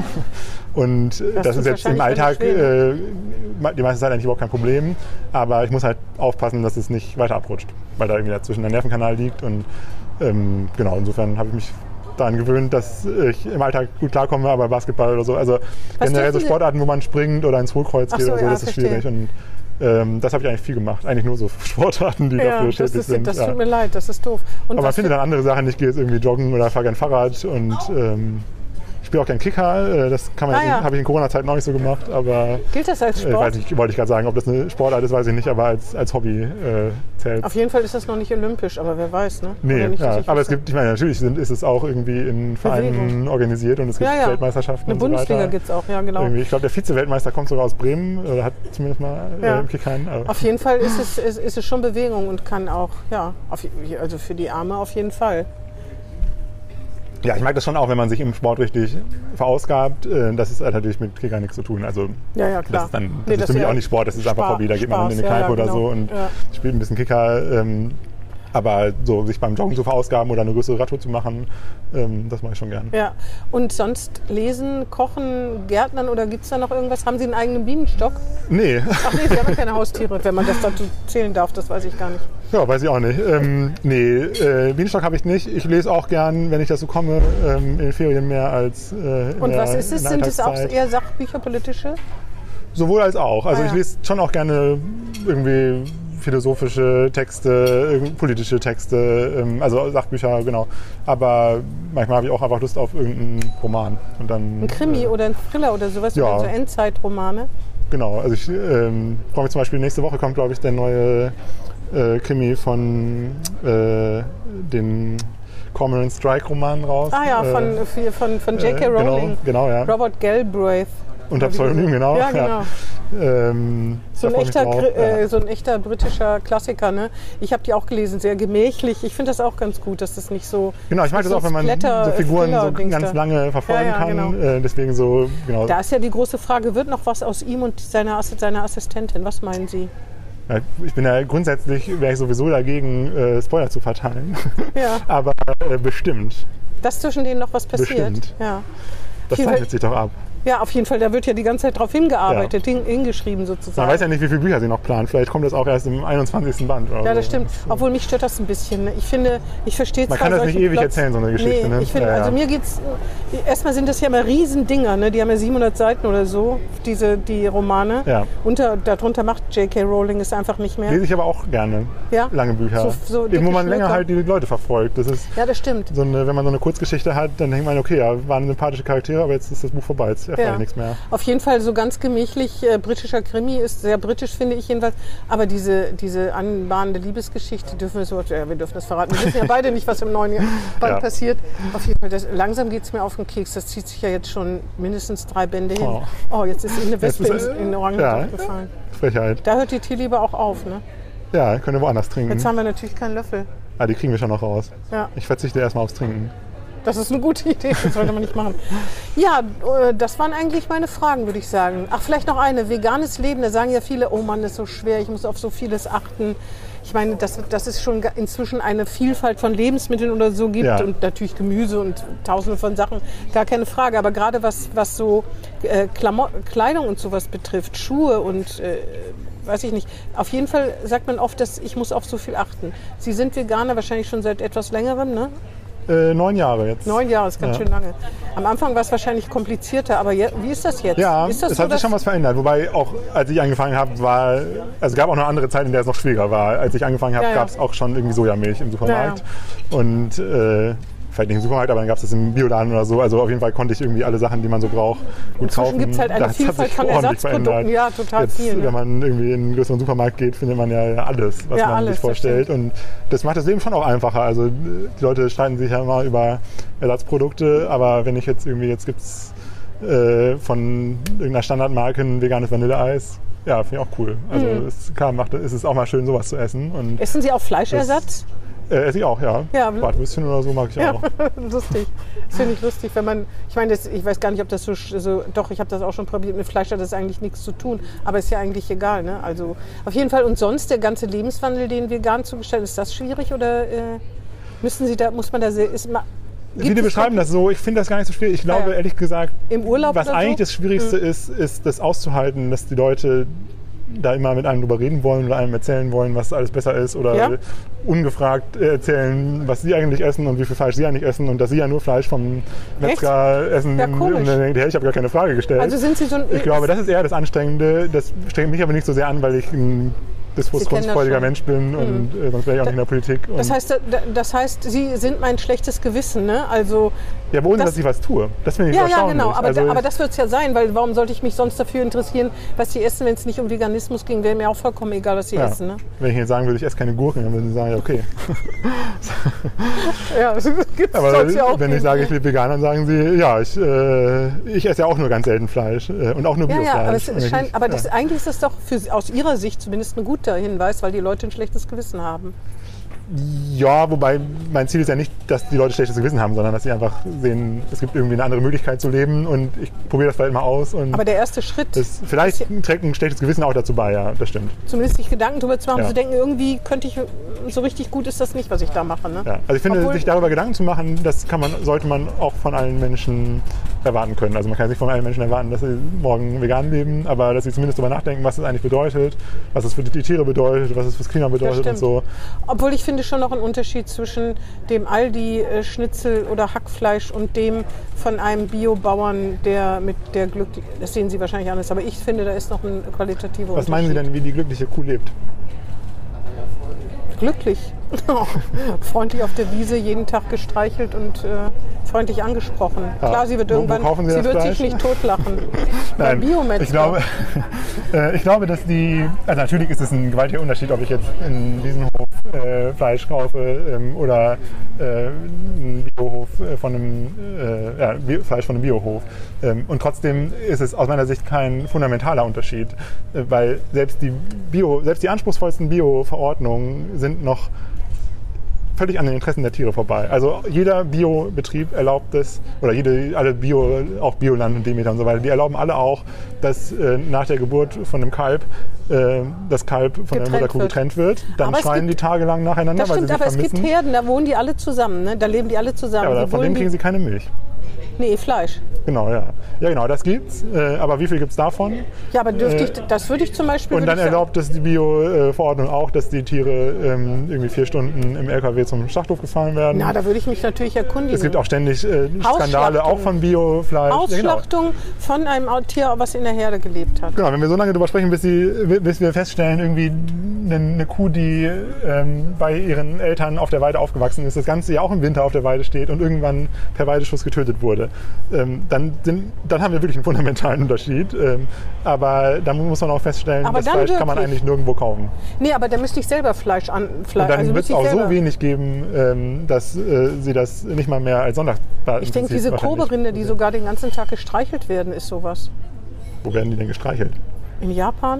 Und äh, Das das, tut ist jetzt im wahrscheinlich Alltag gar äh, die meiste Zeit eigentlich überhaupt kein Problem. Aber ich muss halt aufpassen, dass es nicht weiter abrutscht, weil da irgendwie dazwischen der Nervenkanal liegt. Und ähm, genau, insofern habe ich mich daran gewöhnt, dass ich im Alltag gut klarkomme, aber Basketball oder so. Also generell so dürfen Sie- Sportarten, wo man springt oder ins Hohlkreuz Ach geht so, oder so, ja, das ist verstehe. schwierig. Und ähm, das habe ich eigentlich viel gemacht. Eigentlich nur so Sportarten, die Ja, dafür das, schädlich ist, sind. das ja. tut mir leid, das ist doof. Und Aber man was findet für- dann andere Sachen. Ich gehe jetzt irgendwie joggen oder fahre gern Fahrrad und ähm, ich spiele auch gern Kicker. Äh, Das kann man Ah, jetzt- ja. habe ich in Corona-Zeiten noch nicht so gemacht, aber gilt das als äh, Sport? weiß nicht, wollte ich gerade sagen, ob das eine Sportart ist, weiß ich nicht, aber als, als Hobby äh, zählt. Auf jeden Fall ist das noch nicht olympisch, aber wer weiß, ne? Nee, Oder nicht, dass ja, ich aber es wüsste. gibt, ich meine, natürlich sind, ist es auch irgendwie in Vereinen Bewegung. organisiert und es gibt Ja, ja. Weltmeisterschaften Eine und so Bundesliga weiter. gibt es auch, ja genau. Irgendwie, ich glaube, der Vize-Weltmeister kommt sogar aus Bremen, oder hat zumindest mal Ja. äh, im Kickern. Aber Auf jeden Fall ist es, ist, ist es schon Bewegung und kann auch, ja, auf, also für die Arme auf jeden Fall. ja, ich mag das schon auch, wenn man sich im Sport richtig verausgabt. Äh, Das ist, hat natürlich mit Kicker nichts zu tun. Also Ja, ja, klar. das ist, dann, das Nee, ist das für mich ja auch nicht Sport, das ist einfach Spaß- Hobby. Da geht man dann in eine Spaß, ja, Kneipe ja, oder genau. so und Ja. spielt ein bisschen Kicker. Ähm, aber so sich beim Joggen zu verausgaben oder eine größere Radtour zu machen, ähm, das mache ich schon gern. Ja. Und sonst lesen, kochen, Gärtnern oder gibt es da noch irgendwas? Haben Sie einen eigenen Bienenstock? Nee. Ach nee, Sie haben ja keine Haustiere, wenn man das dazu zählen darf, das weiß ich gar nicht. Ja, weiß ich auch nicht. Ähm, nee, äh, Bienenstock habe ich nicht. Ich lese auch gern, wenn ich dazu komme, ähm, in den Ferien mehr als äh, in Und der, was ist es? in der Sind es auch Alltagszeit. eher Sachbücher, politische? Sowohl als auch. Also Ah, ich ja. lese schon auch gerne irgendwie philosophische Texte, irgend- politische Texte, ähm, also Sachbücher, genau. Aber manchmal habe ich auch einfach Lust auf irgendeinen Roman. Und dann, Ein Krimi äh, oder ein Thriller oder sowas? ja. Oder so Endzeitromane? Genau, also ich ähm, freue mich zum Beispiel, nächste Woche kommt, glaube ich, der neue äh, Krimi von äh, den Cormoran Strike-Romanen raus. Ah ja, von, Äh, von, von J K äh, genau, Rowling. genau, ja. Robert Galbraith. Unter Pseudonym, genau. Ja, genau. Ähm, So ein, da freu ich mich echter, drauf, Gr- ja. äh, so ein echter britischer Klassiker. Ne? Ich habe die auch gelesen, sehr gemächlich. Ich finde das auch ganz gut, dass das nicht so... Genau, ich mag das so auch, wenn man Splatter- so Figuren so Thriller-Dings ganz da. lange verfolgen Ja, ja, kann. genau. Äh, deswegen so, genau. Da ist ja die große Frage, wird noch was aus ihm und seiner, Ass- seiner Assistentin? Was meinen Sie? Ja, ich bin ja grundsätzlich, wäre ich sowieso dagegen, äh, Spoiler zu verteilen. Ja. Aber äh, bestimmt. Dass zwischen denen noch was passiert? Bestimmt. Ja. Das Viel- zeichnet sich doch ab. Ja, auf jeden Fall, da wird ja die ganze Zeit drauf hingearbeitet, hin, hingeschrieben sozusagen. Man weiß ja nicht, wie viele Bücher sie noch planen. Vielleicht kommt das auch erst im einundzwanzigsten Band. Oder Ja, das so. stimmt. Obwohl mich stört das ein bisschen. ne? Ich finde, ich verstehe Man zwar kann das solche nicht ewig Plots- erzählen, so eine Geschichte, Nee, ne? ich finde, Ja, ja. also mir geht's, erstmal sind das ja immer Riesendinger, ne? Die haben ja siebenhundert Seiten oder so, diese, die Romane. Ja. Unter, darunter macht J K Rowling es einfach nicht mehr. Lese ich aber auch gerne. Ja? Lange Bücher. So- so dicke Eben, wo man länger Schnürker. halt die Leute verfolgt. Das ist Ja, das stimmt. so eine, wenn man so eine Kurzgeschichte hat, dann denkt man, okay, ja, waren sympathische Charaktere, aber jetzt ist das Buch vorbei, jetzt erfahre Ja. ich nichts mehr. Auf jeden Fall so ganz gemächlich. Äh, britischer Krimi ist sehr britisch, finde ich jedenfalls. Aber diese, diese anbahnende Liebesgeschichte dürfen wir so, ja, wir dürfen das verraten. Wir wissen ja beide nicht, was im neuen Jahr Band Ja. passiert. Auf jeden Fall, das, langsam geht es mir auf den Keks. Das zieht sich ja jetzt schon mindestens drei Bände hin. Oh. Oh, jetzt ist eine Wespe Jetzt ist- in, in Orangen ja. gefallen. Frechheit. Da hört die Teeliebe auch auf, ne? Ja, können wir woanders trinken. Jetzt haben wir natürlich keinen Löffel. Ah, die kriegen wir schon noch raus. Ja. Ich verzichte erstmal aufs Trinken. Das ist eine gute Idee, das sollte man nicht machen. Ja, äh, das waren eigentlich meine Fragen, würde ich sagen. Ach, vielleicht noch eine. Veganes Leben, da sagen ja viele, oh Mann, das ist so schwer, ich muss auf so vieles achten. Ich meine, dass, dass es schon inzwischen eine Vielfalt von Lebensmitteln oder so gibt Ja. und natürlich Gemüse und tausende von Sachen, gar keine Frage. Aber gerade was, was so äh, Klamo- Kleidung und sowas betrifft, Schuhe und äh, weiß ich nicht. Auf jeden Fall sagt man oft, dass ich muss auf so viel achten. Sie sind Veganer wahrscheinlich schon seit etwas längerem, ne? Äh, neun Jahre jetzt. Neun Jahre ist ganz Ja. schön lange. Am Anfang war es wahrscheinlich komplizierter, aber je, wie ist das jetzt? Ja, ist das es so, hat sich dass- schon was verändert. Wobei auch, als ich angefangen habe, war, also es gab auch eine andere Zeit, in der es noch schwieriger war. Als ich angefangen habe, Ja, ja. gab es auch schon irgendwie Sojamilch im Supermarkt. Und äh, vielleicht nicht im Supermarkt, aber dann gab es das im Bioladen oder so. Also auf jeden Fall konnte ich irgendwie alle Sachen, die man so braucht, gut Inzwischen kaufen. gibt's halt eine Das hat Vielfalt sich von ordentlich Ersatzprodukten. verändert. Ja, total Jetzt, viel, ne? Wenn man irgendwie in einen größeren Supermarkt geht, findet man ja alles, was Ja, man alles, sich das vorstellt. Und das macht das Leben schon auch einfacher. Also die Leute streiten sich ja immer über Ersatzprodukte, aber wenn ich jetzt irgendwie, jetzt gibt es äh, von irgendeiner Standardmarke ein veganes Vanilleeis, ja, finde ich auch cool. Also Mhm. es, klar macht, ist es auch mal schön, sowas zu essen. Und Essen Sie auch Fleischersatz? äh, esse ich auch, ja. Ja. Bratwürstchen oder so mag ich Ja, auch. lustig. Das finde ich lustig, wenn man, ich meine, das, ich weiß gar nicht, ob das so, so doch, ich habe das auch schon probiert, mit Fleisch hat das eigentlich nichts zu tun, aber ist ja eigentlich egal, ne? Also auf jeden Fall, und sonst der ganze Lebenswandel, den vegan zu gestalten, ist das schwierig oder äh, müssen Sie da, muss man da, sehr, ist, ma- gibt Viele es beschreiben das so, ich finde das gar nicht so schwierig. Ich glaube, Ja, ja. ehrlich gesagt, Im Urlaub was oder eigentlich so? das Schwierigste ist, ist das auszuhalten, dass die Leute da immer mit einem drüber reden wollen oder einem erzählen wollen, was alles besser ist oder Ja. ungefragt erzählen, was sie eigentlich essen und wie viel Fleisch sie eigentlich essen und dass sie ja nur Fleisch vom Metzger essen. Ja, komisch. Und dann denkt, hey, ich habe gar keine Frage gestellt. Also sind Sie so ein, ich glaube, das ist eher das Anstrengende. Das strengt mich aber nicht so sehr an, weil ich ein diskussionsfreudiger schon. Mensch bin und äh, sonst wäre ich auch nicht in der Politik. Und das heißt, da- das heißt, Sie sind mein schlechtes Gewissen, ne? Also ja, ohne das- dass ich was tue. Das finde ich ja, so ja, erstaunlich. genau. Aber, Also da, aber ich- das wird es ja sein, weil warum sollte ich mich sonst dafür interessieren, was Sie essen, wenn es nicht um Veganismus ging? Wäre mir auch vollkommen egal, was Sie Ja. essen. Ne? Wenn ich jetzt sagen würde, ich esse keine Gurken, dann würden sie sagen, ja, okay. Ja, das gibt's Aber sonst ja auch wenn ich nicht. sage, ich lebe vegan, dann sagen sie, ja, ich, äh, ich esse ja auch nur ganz selten Fleisch äh, und auch nur Ja, Biofleisch. ja, aber, es, Und es ich- scheint, aber das, ja. eigentlich ist das doch für, aus Ihrer Sicht zumindest ein guter Hinweis, weil die Leute ein schlechtes Gewissen haben. Ja, wobei mein Ziel ist ja nicht, dass die Leute schlechtes Gewissen haben, sondern dass sie einfach sehen, es gibt irgendwie eine andere Möglichkeit zu leben und ich probiere das vielleicht mal aus. Und aber der erste Schritt... das, vielleicht das trägt ein schlechtes Gewissen auch dazu bei, ja, das stimmt. Zumindest sich Gedanken darüber zu machen, ja. zu denken, irgendwie könnte ich, so richtig gut ist das nicht, was ich da mache. Ne? Ja. Also ich finde, Obwohl, sich darüber Gedanken zu machen, das kann man, sollte man auch von allen Menschen erwarten können. Also man kann sich von allen Menschen erwarten, dass sie morgen vegan leben, aber dass sie zumindest darüber nachdenken, was das eigentlich bedeutet, was es für die Tiere bedeutet, was es fürs Klima bedeutet und so. Obwohl ich finde schon noch einen Unterschied zwischen dem Aldi-Schnitzel oder Hackfleisch und dem von einem Biobauern, der mit der Glück, das sehen Sie wahrscheinlich anders, aber ich finde, da ist noch ein qualitativer Unterschied. Was meinen Sie denn, wie die glückliche Kuh lebt? Glücklich. Freundlich auf der Wiese, jeden Tag gestreichelt und äh, freundlich angesprochen. Ja. Klar, sie wird irgendwann, wo, wo sie, sie wird Fleisch? sich nicht totlachen. Nein, Biometzger. ich glaube, äh, ich glaube, dass die, also natürlich ist es ein gewaltiger Unterschied, ob ich jetzt in diesem Hof äh, Fleisch kaufe ähm, oder äh, einen Biohof von einem, äh, ja, Bio, Fleisch von einem Biohof. Ähm, und trotzdem ist es aus meiner Sicht kein fundamentaler Unterschied, äh, weil selbst die Bio, selbst die anspruchsvollsten Bio-Verordnungen sind noch völlig an den Interessen der Tiere vorbei. Also jeder Biobetrieb erlaubt es, oder jede, alle Bio, auch Bioland und Demeter und so weiter, die erlauben alle auch, dass äh, nach der Geburt von einem Kalb äh, das Kalb von getrennt der Mutterkuh wird. getrennt wird. Dann aber schreien gibt, die tagelang nacheinander, das weil stimmt, sie sich aber vermissen. Es gibt Herden, da wohnen die alle zusammen, ne? Da leben die alle zusammen. Ja, aber die von denen die, kriegen sie keine Milch. Nee, Fleisch. Genau, ja. Ja, genau, das gibt's. Äh, aber wie viel gibt's davon? Ja, aber dürfte Äh, ich, das würde ich zum Beispiel... Und dann erlaubt es die Bio-Verordnung auch, dass die Tiere ähm, irgendwie vier Stunden im L K W zum Schlachthof gefahren werden. Na, da würde ich mich natürlich erkundigen. Es gibt auch ständig äh, Skandale, auch von Biofleisch. Ausschlachtung ja, genau. von einem Tier, was in der Herde gelebt hat. Genau, wenn wir so lange darüber sprechen, bis, sie, bis wir feststellen, irgendwie eine, eine Kuh, die ähm, bei ihren Eltern auf der Weide aufgewachsen ist, das ganze Jahr auch im Winter auf der Weide steht und irgendwann per Weideschuss getötet wurde, ähm, dann, sind, dann haben wir wirklich einen fundamentalen Unterschied. Ähm, aber da muss man auch feststellen, aber das Fleisch wirklich. kann man eigentlich nirgendwo kaufen. Nee, aber da müsste ich selber Fleisch an. Fleisch, und dann also wird es auch selber. so wenig geben, ähm, dass äh, sie das nicht mal mehr als Sonntagsbar. Ich denke, diese Kobe-Rinder, die sogar den ganzen Tag gestreichelt werden, ist sowas. Wo werden die denn gestreichelt? In Japan?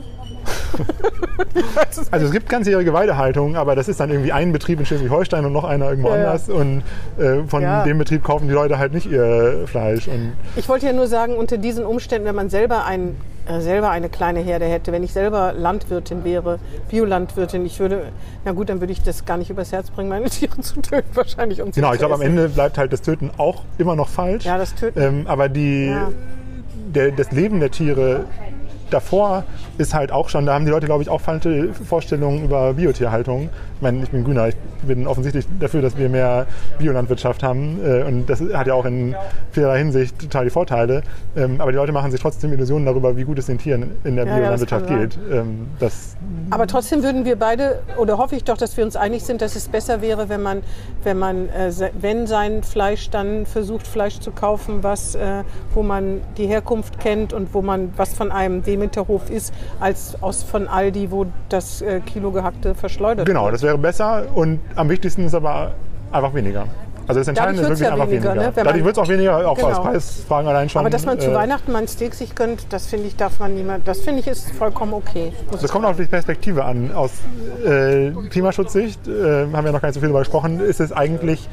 Also es gibt ganzjährige Weidehaltung, aber das ist dann irgendwie ein Betrieb in Schleswig-Holstein und noch einer irgendwo ja, anders. Und äh, von ja. dem Betrieb kaufen die Leute halt nicht ihr Fleisch. Und ich wollte ja nur sagen, unter diesen Umständen, wenn man selber, ein, äh, selber eine kleine Herde hätte, wenn ich selber Landwirtin wäre, Biolandwirtin, ich würde, na gut, dann würde ich das gar nicht übers Herz bringen, meine Tiere zu töten wahrscheinlich. Um genau, ich glaube, am Ende bleibt halt das Töten auch immer noch falsch. Ja, das Töten. Ähm, aber die, ja. der, das Leben der Tiere davor ist halt auch schon, da haben die Leute, glaube ich, auch falsche Vorstellungen über Biotierhaltung. Ich meine, ich bin Grüner, ich bin offensichtlich dafür, dass wir mehr Biolandwirtschaft haben und das hat ja auch in vielerlei Hinsicht total die Vorteile. Aber die Leute machen sich trotzdem Illusionen darüber, wie gut es den Tieren in der ja, Biolandwirtschaft ja, geht. Das Aber trotzdem würden wir beide, oder hoffe ich doch, dass wir uns einig sind, dass es besser wäre, wenn man, wenn man, wenn sein Fleisch dann versucht, Fleisch zu kaufen, was, wo man die Herkunft kennt und wo man was von einem Demeterhof ist, als aus von Aldi, wo das äh, Kilo Gehackte verschleudert genau, wird. Das wäre besser und am wichtigsten ist aber einfach weniger. Also das Entscheidende ist wirklich ja einfach weniger. weniger. Ne? Dadurch wird es auch weniger, auch genau. aus Preisfragen allein schon. Aber dass man zu äh, Weihnachten mal ein Steak sich gönnt, das finde ich, darf man niemand. Das finde ich ist vollkommen okay. Das kommt auf die Perspektive an. Aus äh, Klimaschutzsicht, äh, haben wir noch gar nicht so viel darüber gesprochen, ist es eigentlich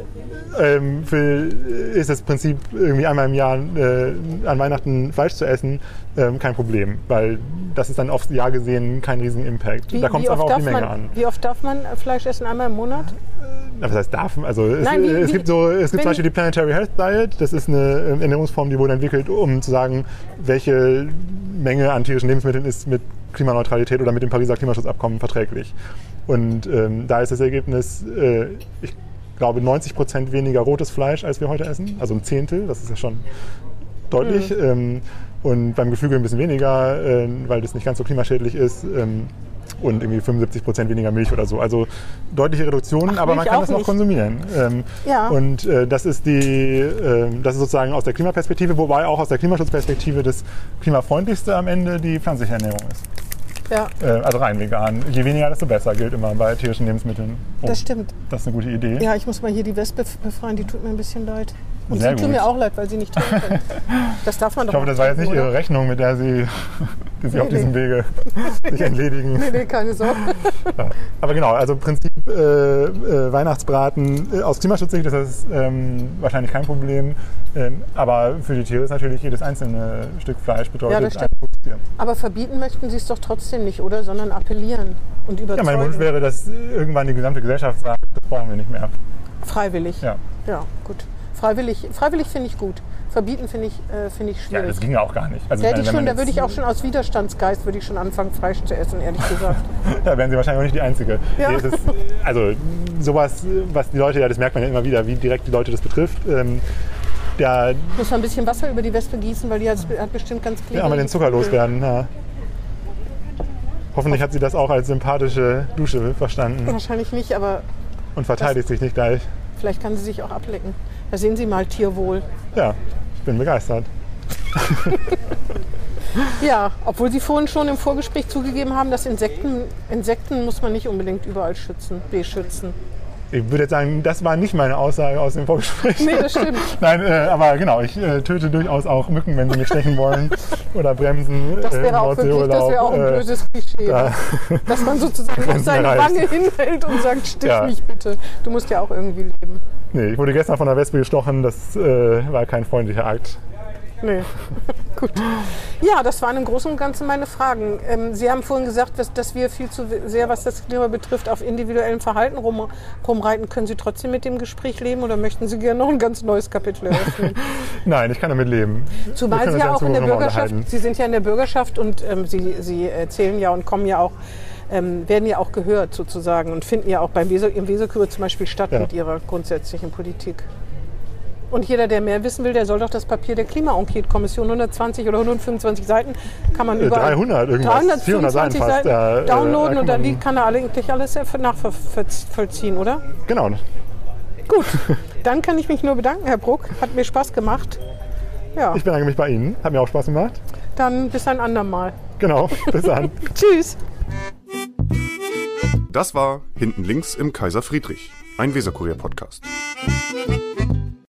Ähm, für, ist das Prinzip, irgendwie einmal im Jahr äh, an Weihnachten Fleisch zu essen, ähm, kein Problem, weil das ist dann aufs Jahr gesehen kein riesen Impact. Wie, da kommt es einfach auf die Menge man, an. Wie oft darf man Fleisch essen? Einmal im Monat? Was heißt darf? Also es, Nein, wie, es wie, gibt so, es gibt zum Beispiel die Planetary Health Diet. Das ist eine Ernährungsform, die wurde entwickelt, um zu sagen, welche Menge an tierischen Lebensmitteln ist mit Klimaneutralität oder mit dem Pariser Klimaschutzabkommen verträglich. Und ähm, da ist das Ergebnis, äh, ich Ich glaube, neunzig Prozent weniger rotes Fleisch, als wir heute essen. Also ein Zehntel, das ist ja schon deutlich. Mhm. Ähm, und beim Geflügel ein bisschen weniger, äh, weil das nicht ganz so klimaschädlich ist. Ähm, und irgendwie fünfundsiebzig Prozent weniger Milch oder so. Also deutliche Reduktionen, Ach, aber man kann das noch nicht. konsumieren. Ähm, ja. Und äh, das ist die, äh, das ist sozusagen aus der Klimaperspektive, wobei auch aus der Klimaschutzperspektive das klimafreundlichste am Ende die pflanzliche Ernährung ist. Ja. Äh, also rein vegan. Je weniger, desto besser, gilt immer bei tierischen Lebensmitteln. Oh, das stimmt. Das ist eine gute Idee. Ja, ich muss mal hier die Wespe befreien, die tut mir ein bisschen leid. Und Sehr sie gut. tut mir auch leid, weil sie nicht trinken können. Das darf man doch Ich hoffe, das war jetzt nicht oder? Ihre Rechnung, mit der Sie die sich Nee, auf diesem nee. Wege sich entledigen. Nee, nee, keine Sorge. Ja. Aber genau, also im Prinzip äh, äh, Weihnachtsbraten äh, aus Klimaschutzsicht ist das ähm, wahrscheinlich kein Problem. Ähm, aber für die Tiere ist natürlich jedes einzelne Stück Fleisch bedeutet Ja, das stimmt. ein Tier. Aber verbieten möchten Sie es doch trotzdem nicht, oder? Sondern appellieren und Ja, überzeugen. mein Wunsch wäre, dass irgendwann die gesamte Gesellschaft sagt, das brauchen wir nicht mehr. Freiwillig. Ja, Ja, gut. Freiwillig, freiwillig finde ich gut. Verbieten finde ich, äh, finde ich ja schwierig. das ging ja auch gar nicht. Also, Da, hätte wenn ich schon, man da jetzt- würde ich auch schon aus Widerstandsgeist würde ich schon anfangen, Fleisch zu essen, ehrlich gesagt. Da wären Sie wahrscheinlich auch nicht die Einzige. Ja. Nee, es ist, also sowas, was die Leute, ja, das merkt man ja immer wieder, wie direkt die Leute das betrifft. Ähm, da Ich muss mal ein bisschen Wasser über die Wespe gießen, weil die hat, hat bestimmt ganz ja, einmal den Zucker loswerden. Ja. Hoffentlich hat sie das auch als sympathische Dusche verstanden Wahrscheinlich nicht, aber und verteidigt sich nicht gleich. vielleicht kann sie sich auch ablecken. Da sehen Sie mal Tierwohl. Ja, ich bin begeistert. Ja, obwohl Sie vorhin schon im Vorgespräch zugegeben haben, dass Insekten, Insekten muss man nicht unbedingt überall schützen, beschützen. Ich würde jetzt sagen, das war nicht meine Aussage aus dem Vorgespräch. Nee, das stimmt. Nein, äh, aber genau, ich äh, töte durchaus auch Mücken, wenn sie mich stechen wollen oder bremsen. Das äh, wäre auch wirklich, das wäre auch ein äh, böses Klischee. da- Dass man sozusagen auf Grenzen seine erreicht. Wange hinhält und sagt, stich Ja. mich bitte. Du musst ja auch irgendwie leben. Nee, ich wurde gestern von einer Wespe gestochen, das äh, war kein freundlicher Akt. Nee. Gut. Ja, das waren im Großen und Ganzen meine Fragen. Ähm, Sie haben vorhin gesagt, dass, dass wir viel zu sehr, was das Klima betrifft, auf individuellem Verhalten rum, rumreiten. Können Sie trotzdem mit dem Gespräch leben oder möchten Sie gerne noch ein ganz neues Kapitel eröffnen? Nein, ich kann damit leben. Wir Zumal können Sie uns ja in auch in der Zukunft noch mal Bürgerschaft, unterhalten. Sie sind ja in der Bürgerschaft und ähm, Sie, Sie erzählen ja und kommen ja auch, ähm, werden ja auch gehört sozusagen und finden ja auch beim Weser, im Weserkurier zum Beispiel statt Ja. mit Ihrer grundsätzlichen Politik. Und jeder, der mehr wissen will, der soll doch das Papier der Klima-Enquete-Kommission, hundertzwanzig oder hundertfünfundzwanzig Seiten, kann man Äh, überall... dreihundert irgendwas, vierhundert Seiten fast. Seiten Ja, äh, downloaden da und kann dann man- kann er eigentlich alles nachvollziehen, oder? Genau. Gut, dann kann ich mich nur bedanken, Herr Bruck. Hat mir Spaß gemacht. Ja, Ich bedanke mich bei Ihnen. Hat mir auch Spaß gemacht. dann bis ein andermal. Genau. Bis dann. Tschüss. Das war Hinten links im Kaiser Friedrich, ein Weserkurier-Podcast.